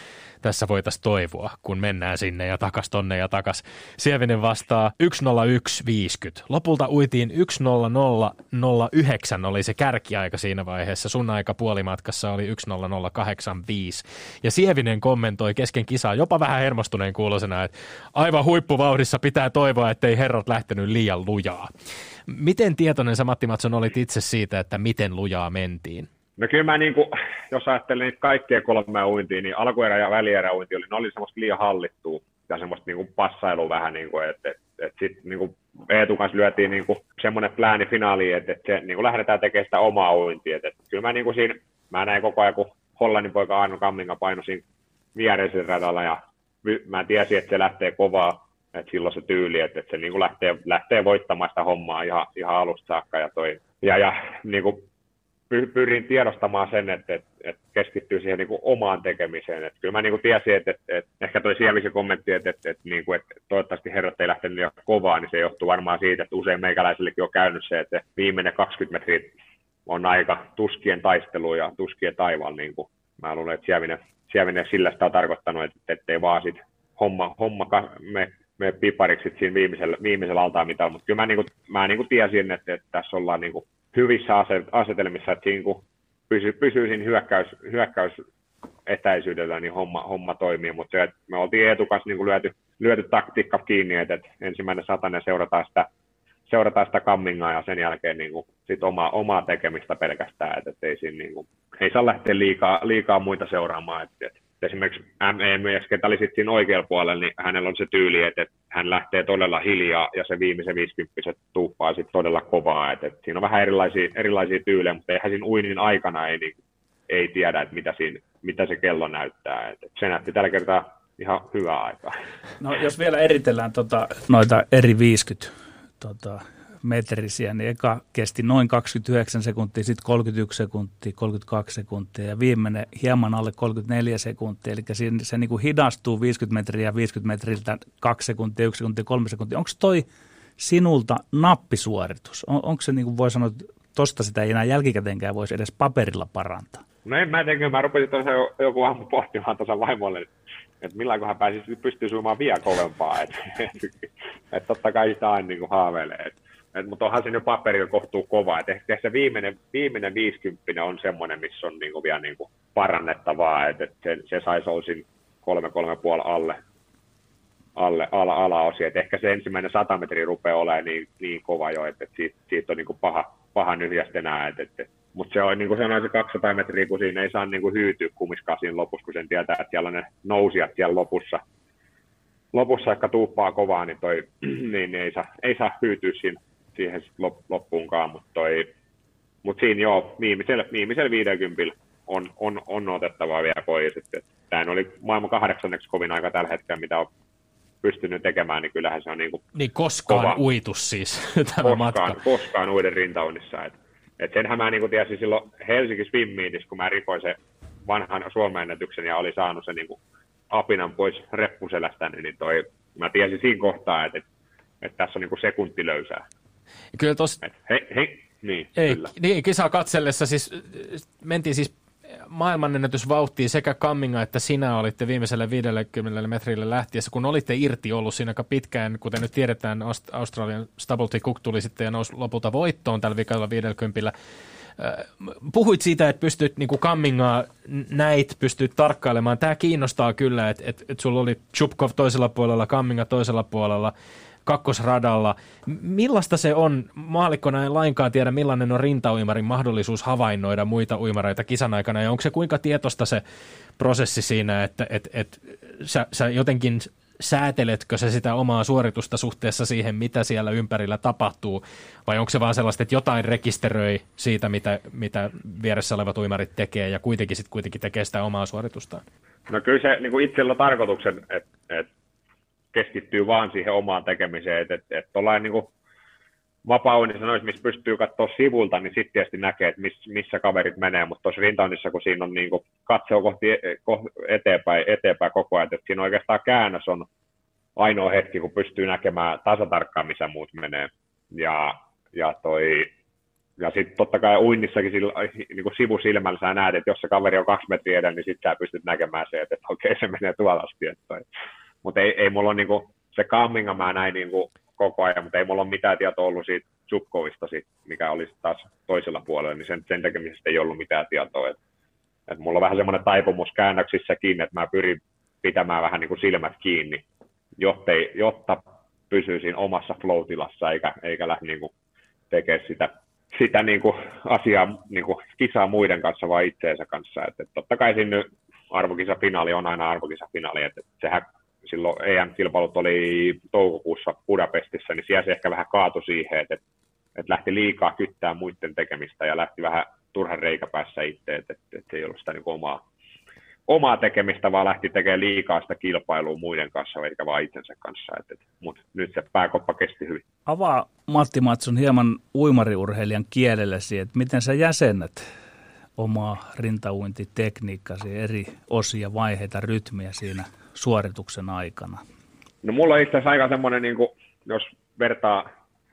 tässä voitaisiin toivoa, kun mennään sinne ja takas tonne ja takas. Sievinen vastaa yksi nolla yksi viisikymmentä. Lopulta uitiin yksi nolla nolla nolla yhdeksän oli se kärkiaika siinä vaiheessa. Sun aika puolimatkassa oli yksi nolla nolla kahdeksan viisi. Ja Sievinen kommentoi kesken kisaa jopa vähän hermostuneen kuulosena, että aivan huippuvauhdissa pitää toivoa, ettei herrat lähtenyt liian lujaa. Miten tietoinen sä, Matti Mattsson, olit itse siitä, että miten lujaa mentiin? No kyllä mä, niin kuin, jos ajattelen niitä kaikkia kolmea uintia, niin alkuerä ja välierä uinti oli, ne oli semmoista liian hallittua ja semmoista niin kuin passailua vähän, niin kuin, että et, et sitten niin kuin Eetu kanssa lyötiin niin kuin semmoinen plääni finaaliin, että et se niin kuin lähdetään tekemään sitä omaa uintia. Et, et, kyllä mä niin kuin siinä, mä näin koko ajan, kun Hollannin poika Arno Kamminga painoi siinä viereisellä radalla ja mä tiesin, että se lähtee kovaa, että silloin se tyyli, että, että se niin kuin lähtee, lähtee voittamaan sitä hommaa ihan, ihan alusta saakka ja toi. Ja, ja niin kuin pyrin tiedostamaan sen, että, että, että keskittyy siihen niin kuin omaan tekemiseen. Että kyllä mä niin kuin tiesin, että, että, että ehkä toi Sievisen kommentti, että, että, että, niin kuin, että toivottavasti herrat ei lähtenyt liian kovaa, niin se johtuu varmaan siitä, että usein meikäläisellekin on käynyt se, että viimeinen kaksikymmentä metriä on aika tuskien taistelu ja tuskien taivaalla. Niin kuin mä luulen, että Sievinen, Sievinen sillä sitä on tarkoittanut, että ettei vaan sit homma, homma me, me pipariksi siinä viimeisellä, viimeisellä altaan mitalla. Mutta kyllä mä, niin kuin, mä niin kuin tiesin, että, että tässä ollaan niin kuin hyvissä asetelmissa, että siinä kun pysyy, pysyy siinä hyökkäys, hyökkäysetäisyydellä, niin homma, homma toimii, mutta me oltiin etukas niin lyöty, lyöty taktiikka kiinni, että, että ensimmäinen satanen seurataan sitä, seurataan sitä kammingaa ja sen jälkeen niin kuin, sit oma, omaa tekemistä pelkästään, että, että ei, siinä, niin kuin, ei saa lähteä liikaa, liikaa muita seuraamaan. Että, että esimerkiksi M E M, ketä oli sitten siinä oikealla puolella, niin hänellä on se tyyli, että, että hän lähtee todella hiljaa ja se viimeisen viisikymppiset tuuppaa sitten todella kovaa. Että, että siinä on vähän erilaisia, erilaisia tyylejä, mutta eihän siinä uinnin aikana ei, niin, ei tiedä, että mitä, siinä, mitä se kello näyttää. Että se näytti tällä kertaa ihan hyvää aikaa. No jos vielä eritellään tota, noita eri viisikymmentä tota, metrisiä, niin eka kesti noin kaksikymmentäyhdeksän sekuntia, sitten kolmekymmentäyksi sekuntia, kolmekymmentäkaksi sekuntia ja viimeinen hieman alle kolmekymmentäneljä sekuntia. Eli siinä se niin kuin hidastuu viisikymmentä metriä ja viisikymmentä metriltä kaksi sekuntia, yksi sekuntia, kolme sekuntia. Onko toi sinulta nappisuoritus? On, onko se, niin kuin voi sanoa, että tosta sitä ei enää jälkikäteenkään voisi edes paperilla parantaa? No en mä tiedä, mä rupesin tuossa joku aamu pohtimaan tuossa vaimolle, että milloin hän pääsisi pystyy suimaan vielä kovempaa. Että et, et totta kai sitä aina niin haaveilee. Et, et, mutta onhan siinä paperilla kohtuu kovaa. Et ehkä se viimeinen, viimeinen viisikymppinen on semmoinen, missä on niin kuin vielä niin kuin parannettavaa. Et, et se, se saisi olla siinä kolme, kolme puoli alle, alle ala, alaosia. Et ehkä se ensimmäinen sata metriä rupeaa olemaan niin, niin kova jo, että et siitä, siitä on niin kuin paha, paha nyhjästä enää. Et, et, et, mutta se on niin kuin sanoin, se kaksisataa metriä, kun siinä ei saa niin kuin hyytyä kumminkaan siinä lopussa, kun sen tietää, että siellä on ne nousijat siellä lopussa. Lopussa, jotka tuuppaa kovaa, niin, toi, niin ei, saa, ei saa hyytyä siinä, siihen loppuunkaan. Mutta mut siinä joo, viimeisellä, viimeisellä viisikymmentä on, on, on otettavaa vielä pois. Tämä oli maailman kahdeksanneksi kovin aika tällä hetkellä, mitä on pystynyt tekemään, niin kyllähän se on niin kuin niin koskaan kova. Uitus siis tämä koskaan, matka. Koskaan uiden rintaunnissa. Et senhän mä niin tiesin silloin Helsinki Swim Meetissä, kun mä rikoin sen vanhan Suomen-ennätyksen ja oli saanut sen niin apinan pois reppuselästäni, niin toi, mä tiesin siinä kohtaa, että, että, että tässä on niin sekunti löysää. Kyllä tos... Hei, hei, niin, Ei, kyllä. Niin, kisaa katsellessa siis mentiin siis maailmanennätysvauhtiin sekä Kamminga että sinä olitte viimeiselle viisikymmentä metrille lähtiessä, kun olitte irti ollut siinä aika pitkään, kuten nyt tiedetään, Australian Stubblety Cook tuli sitten ja nousi lopulta voittoon tällä viikolla viisikymmentä. Puhuit siitä, että pystyt niin kuin Kammingaa näit, pystyt tarkkailemaan. Tämä kiinnostaa kyllä, että, että, että sulla oli Chupkov toisella puolella, Kamminga toisella puolella, kakkosradalla. Millaista se on? Maallikkona en lainkaan tiedä, millainen on rintauimarin mahdollisuus havainnoida muita uimareita kisan aikana, ja onko se kuinka tietoista se prosessi siinä, että et, et, sä, sä jotenkin sääteletkö sä sitä omaa suoritusta suhteessa siihen, mitä siellä ympärillä tapahtuu, vai onko se vaan sellaista, että jotain rekisteröi siitä, mitä, mitä vieressä olevat uimarit tekee, ja kuitenkin sitten kuitenkin tekee sitä omaa suoritustaan? No kyllä se niin kuin itsellä on tarkoituksen, että, että keskittyy vaan siihen omaan tekemiseen, että, että, että tuollainen niin kuin vapaa-uinnin sanoisi, missä pystyy katsoa sivulta, niin sitten tietysti näkee, että miss, missä kaverit menee, mutta tuossa rintaunnissa, kun siinä on niin kuin katsoo kohti eteenpäin, eteenpäin koko ajan, että siinä oikeastaan käännös on ainoa hetki, kun pystyy näkemään tasatarkkaan, missä muut menee. Ja, ja toi, ja sitten totta kai uinnissakin sillä, niin kuin sivusilmällä sä näet, että jos se kaveri on kaksi metriä edellä, niin sitten sä pystyt näkemään se, että, että okei, se menee tuolla asti. Mutta ei, ei mulla ole niin kuin, se Kamminga mä näin niin kuin koko ajan, mutta ei mulla ole mitään tietoa ollut siitä Zubkovista, mikä oli taas toisella puolella, niin sen, sen tekemisestä ei ollut mitään tietoa. Et, et mulla on vähän semmoinen taipumus käännöksissäkin, että mä pyrin pitämään vähän niin kuin silmät kiinni, jotta, jotta pysyy siinä omassa flow-tilassa, eikä, eikä lähde niin kuin tekemään sitä, sitä niin kuin asiaa, niin kuin kisaa muiden kanssa, vaan itseensä kanssa. Et, et totta kai sinne arvokisafinaali on aina arvokisafinaali, että et sehän silloin E M-kilpailut oli toukokuussa Budapestissa, niin siellä se ehkä vähän kaatui siihen, että, että lähti liikaa kyttää muiden tekemistä ja lähti vähän turhan reikäpäässä itse, että, että, että se ei ollut sitä niin omaa, omaa tekemistä, vaan lähti tekemään liikaa sitä kilpailua muiden kanssa, eikä vaan itsensä kanssa. Että, että, mutta nyt se pääkoppa kesti hyvin. Avaa Matti Mattsson hieman uimariurheilijan kielellesi, että miten sä jäsennät omaa rintauintitekniikkasi, eri osia, vaiheita, rytmiä siinä suorituksen aikana? No mulla on itse asiassa aika semmoinen, niin kuin, jos vertaa,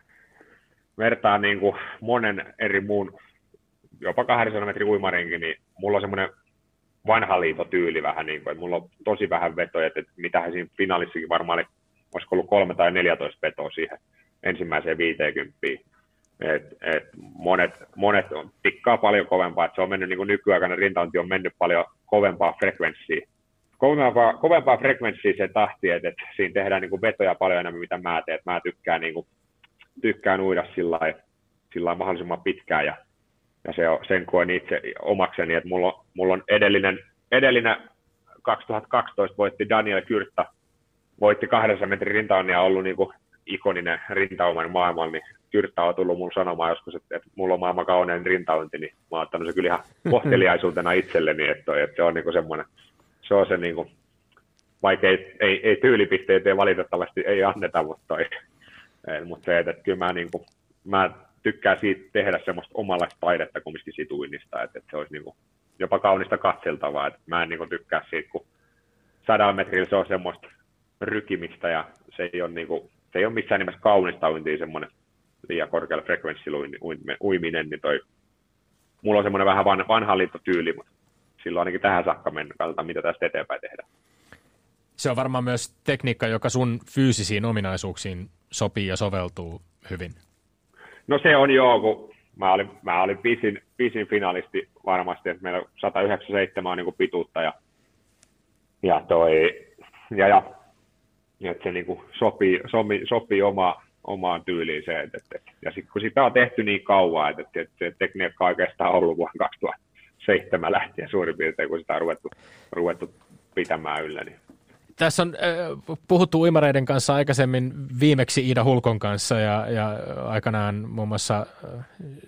vertaa niin kuin monen eri muun, jopa kahdensadan metrin uimarinkin, niin mulla on semmoinen vanha liitotyyli vähän, niin kuin, että mulla on tosi vähän vetoja, että mitähän siinä finaalissakin varmaan oli, olisiko ollut kolme tai neljätoista vetoa siihen ensimmäiseen viiteenkymppiin. Et, et monet, monet tikkaa paljon kovempaa, että se on mennyt niin kuin nykyaikana rintaunti on mennyt paljon kovempaa frekvenssiä. Kovempaa, kovempaa frekvenssiä se tahti, että, että siinä tehdään niin kuin vetoja paljon enemmän, mitä mä teen. Mä tykkään, niin kuin, tykkään uida sillä lailla mahdollisimman pitkään ja, ja se on, sen koen itse omakseni, että mulla on, mulla on edellinen, edellinen kaksituhattakaksitoista voitti Daniel Kyrtta, voitti kahdeksan metrin rintauntia ja ollut niin kuin ikoninen rintauman maailmalla, niin Kyrtta on tullut mun sanomaan joskus, että, että mulla on maailman kaunein rintaunti, niin mä oon ottanut se kyllä ihan kohteliaisuutena itselleni, että, että se on niin kuin semmoinen. Se on se, niin kuin, vaikka ei, ei, ei tyylipisteitä ei valitettavasti ei anneta, mutta, ei, mutta se, että kyllä mä, niin kuin, mä tykkään siitä tehdä semmoista omanlaista taidetta kumminkin siitä uinnista, että, että se olisi niin kuin, jopa kaunista katseltavaa. Että mä en niin kuin, tykkää siitä, kun sadan metrillä se on semmoista rykimistä ja se ei ole, niin kuin, se ei ole missään nimessä kaunista uintia semmoinen liian korkealla frekvenssillä uiminen, niin toi, mulla on semmoinen vähän vanha liittotyyli, mutta silloin ainakin tähän saakka mennyt. Katsotaan, mitä tästä eteenpäin tehdään. Se on varmaan myös tekniikka, joka sun fyysisiin ominaisuuksiin sopii ja soveltuu hyvin. No se on joo, kun mä olin, mä olin pisin, pisin finalisti varmasti, että meillä sata yhdeksänkymmentäseitsemän on niin kuin pituutta ja, ja, toi, ja, ja että se niin kuin sopii, sopii, sopii oma, omaan tyyliin se. Että, että, ja sitten kun sitä on tehty niin kauan, että, että, että se tekniikka on oikeastaan ollut vuonna kaksituhattaseitsemän lähtien suurin piirtein, kun sitä on ruvettu, ruvettu pitämään yllä. Niin. Tässä on äh, puhuttu uimareiden kanssa aikaisemmin, viimeksi Iida Hulkon kanssa ja, ja aikanaan muun muassa äh,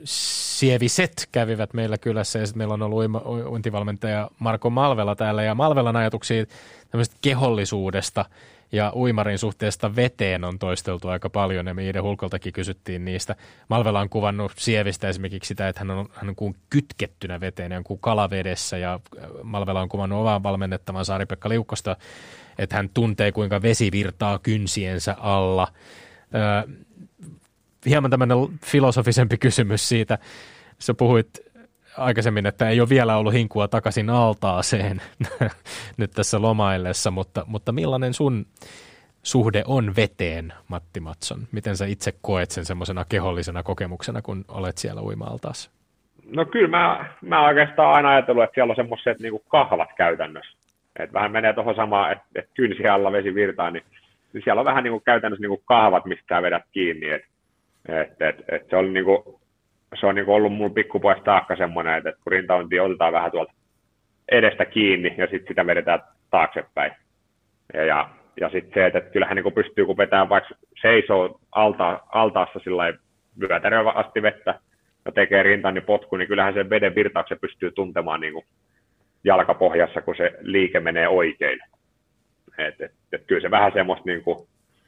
Sieviset kävivät meillä kylässä ja sitten meillä on ollut uima, uintivalmentaja Marko Malvela täällä ja Malvelan ajatuksia tämmöisestä kehollisuudesta ja uimarin suhteesta veteen on toisteltu aika paljon ja me Iida Hulkoltakin kysyttiin niistä. Malvela on kuvannut Sievistä esimerkiksi sitä, että hän on, hän on kuin kytkettynä veteen ja kuin kalavedessä ja Malvela on kuvannut oman valmennettavan Saari-Pekka Liukkosta, että hän tuntee kuinka vesi virtaa kynsiensä alla. Öö, hieman tämmöinen filosofisempi kysymys siitä. Sä puhuit aikaisemmin, että ei ole vielä ollut hinkua takaisin altaaseen nyt tässä lomaillessa, mutta, mutta millainen sun suhde on veteen, Matti Mattsson? Miten sä itse koet sen semmoisena kehollisena kokemuksena, kun olet siellä uima-altaassa? No kyllä mä, mä oikeastaan aina ajatellut, että siellä on semmoiset niinku kahvat käytännössä. Et vähän menee tuohon samaan, että et kynsi alla vesi virtaa, niin, niin siellä on vähän niinku käytännössä niinku kahvat, mistä sä vedät kiinni. Et, et, et, et se on niinku Se on niin ollut mulla pikkupoista taakka semmoinen, että kun rintaunti otetaan vähän tuolta edestä kiinni ja sitten sitä vedetään taaksepäin. Ja, ja, ja sitten se, että kyllähän niin pystyy, kun vetää vaikka seisoo alta, altaassa sillä vyötäröä asti vettä ja tekee rintaan niin potku, niin kyllähän sen veden virtauksen pystyy tuntemaan niin kuin jalkapohjassa, kun se liike menee oikein. Et, et, et kyllä se vähän semmoista niin kuin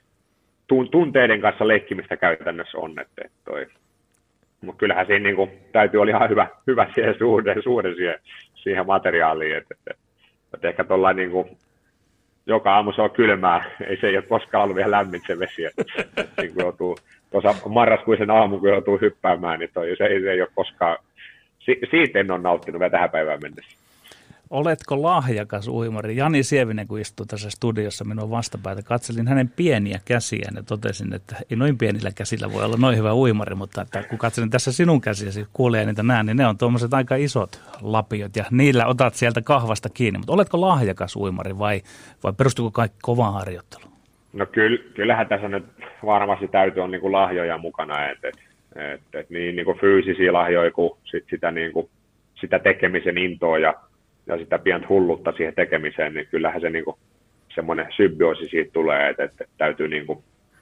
tunteiden kanssa leikkimistä käytännössä on, että et toi. Mutta kyllähän siinä niin kuin, täytyy olla ihan hyvä, hyvä siihen suhde, suhde siihen, siihen materiaaliin. Et, et, et ehkä tuollain niin kuin, joka aamu se on kylmää, ei se ei ole koskaan ollut vielä lämmin se vesi. Et, niin kuin joutuu, tuossa marraskuisen aamun, kun joutuu hyppäämään, niin toi, se, ei, se ei ole koskaan, si, siitä en ole nauttinut vielä tähän päivään mennessä. Oletko lahjakas uimari? Jani Sievinen, kun istuu tässä studiossa minua vastapäätä, katselin hänen pieniä käsiään ja totesin, että ei noin pienillä käsillä voi olla noin hyvä uimari, mutta että kun katselin tässä sinun käsiäsi, kuulee ja niitä näen, niin ne on tuommoiset aika isot lapiot ja niillä otat sieltä kahvasta kiinni. Mutta oletko lahjakas uimari vai, vai perustuuko kaikki kovaan harjoitteluun? No kyll, kyllähän tässä nyt varmasti täytyy olla niin kuin lahjoja mukana, että et, et, et niin, niin kuin fyysisiä lahjoja kuin sit sitä, niin kuin, sitä tekemisen intoa ja ja sitä pientä hullutta siihen tekemiseen, niin kyllähän se niinku semmoinen symbioosi siitä tulee, että, että täytyy niinku,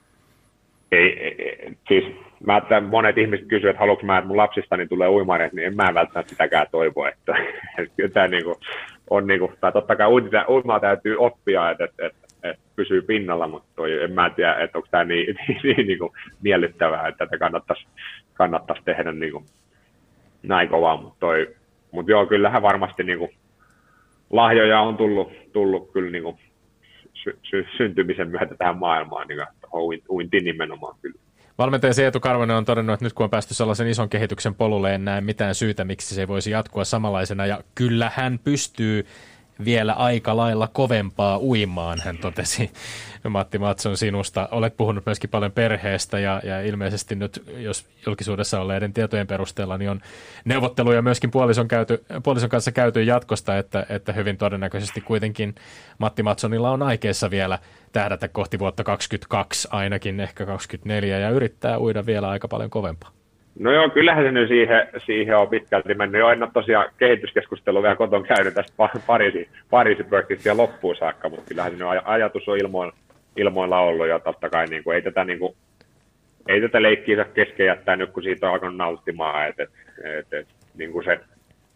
ei, ei, siis mä, että monet ihmiset kysyvät, että haluanko mä, että mun lapsistani tulee uimareet, niin en mä välttämättä sitäkään toivoa, että, että kyllä tämä niinku on niinku, tai totta kai uimaa täytyy oppia, että, että, että, että pysyy pinnalla, mutta toi, en mä tiedä, että onko tämä niin, niin, niin niinku miellyttävää, että tätä kannattaisi, kannattaisi tehdä niinku näin kovaa, mutta toi, mutta joo, kyllähän varmasti niinku lahjoja on tullut, tullut kyllä niin kuin sy- sy- syntymisen myötä tähän maailmaan, niin uintiin nimenomaan kyllä. Valmentaja Eetu Karvonen on todennut, että nyt kun on päästy sellaisen ison kehityksen polulle, en näe mitään syytä, miksi se voisi jatkua samanlaisena. Ja kyllä hän pystyy vielä aika lailla kovempaa uimaan, hän totesi Matti Matson sinusta. Olet puhunut myöskin paljon perheestä ja, ja ilmeisesti nyt, jos julkisuudessa olleiden tietojen perusteella, niin on neuvotteluja myöskin puolison, käyty, puolison kanssa käyty jatkosta, että, että hyvin todennäköisesti kuitenkin Matti Matsonilla on aikeissa vielä tähdätä kohti vuotta kaksikymmentäkaksi, ainakin ehkä kaksikymmentäneljä, ja yrittää uida vielä aika paljon kovempaa. No joo, kyllähän se nyt siihen, siihen on pitkälti mennyt. Jo en ole tosiaan kehityskeskustelua vielä koton käynyt tästä Pariisin, Pariisin projektista siellä loppuun saakka, mutta kyllähän se nyt ajatus on ilmoilla, ilmoilla ollut, ja totta kai niin kuin, ei, tätä, niin kuin, ei tätä leikkiä saa kesken jättää nyt, kun siitä on alkanut nauttimaan. Et, et, et, et, niin kuin se,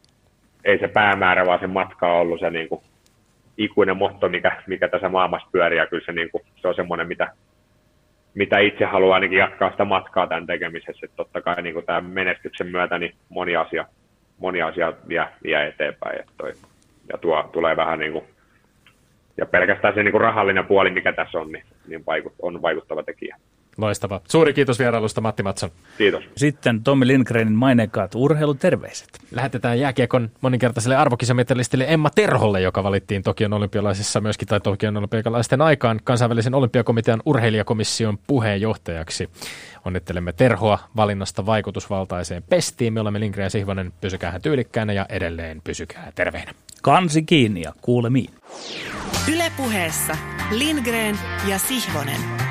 ei se päämäärä, vaan se matka on ollut se niin kuin, ikuinen motto, mikä, mikä tässä maailmassa pyörii, ja kyllä se, niin kuin, se on semmoinen, mitä mitä itse haluaa ainakin jatkaa sitä matkaa tämän tekemisessä. Että totta kai niin tämän menestyksen myötä niin moni asia, moni asia vie, vie eteenpäin. Että toi, ja tuo tulee vähän niin kuin, ja pelkästään se niin kuin rahallinen puoli, mikä tässä on, niin, niin vaikut, on vaikuttava tekijä. Loistava. Suuri kiitos vierailusta, Matti Matson. Kiitos. Sitten Tommi Lindgrenin maineikkaat urheiluterveiset. Lähetetään jääkiekon moninkertaiselle arvokisametalistille Emma Terholle, joka valittiin Tokion olympialaisissa myöskin tai Tokion olympialaisten aikaan kansainvälisen olympiakomitean urheilijakomission puheenjohtajaksi. Onnittelemme Terhoa valinnasta vaikutusvaltaiseen pestiin. Me olemme Lindgren ja Sihvonen. Pysykää tyylikkäänä ja edelleen pysykää terveinä. Kansi kiinni ja kuulemiin. Yle Puheessa Lindgren ja Sihvonen.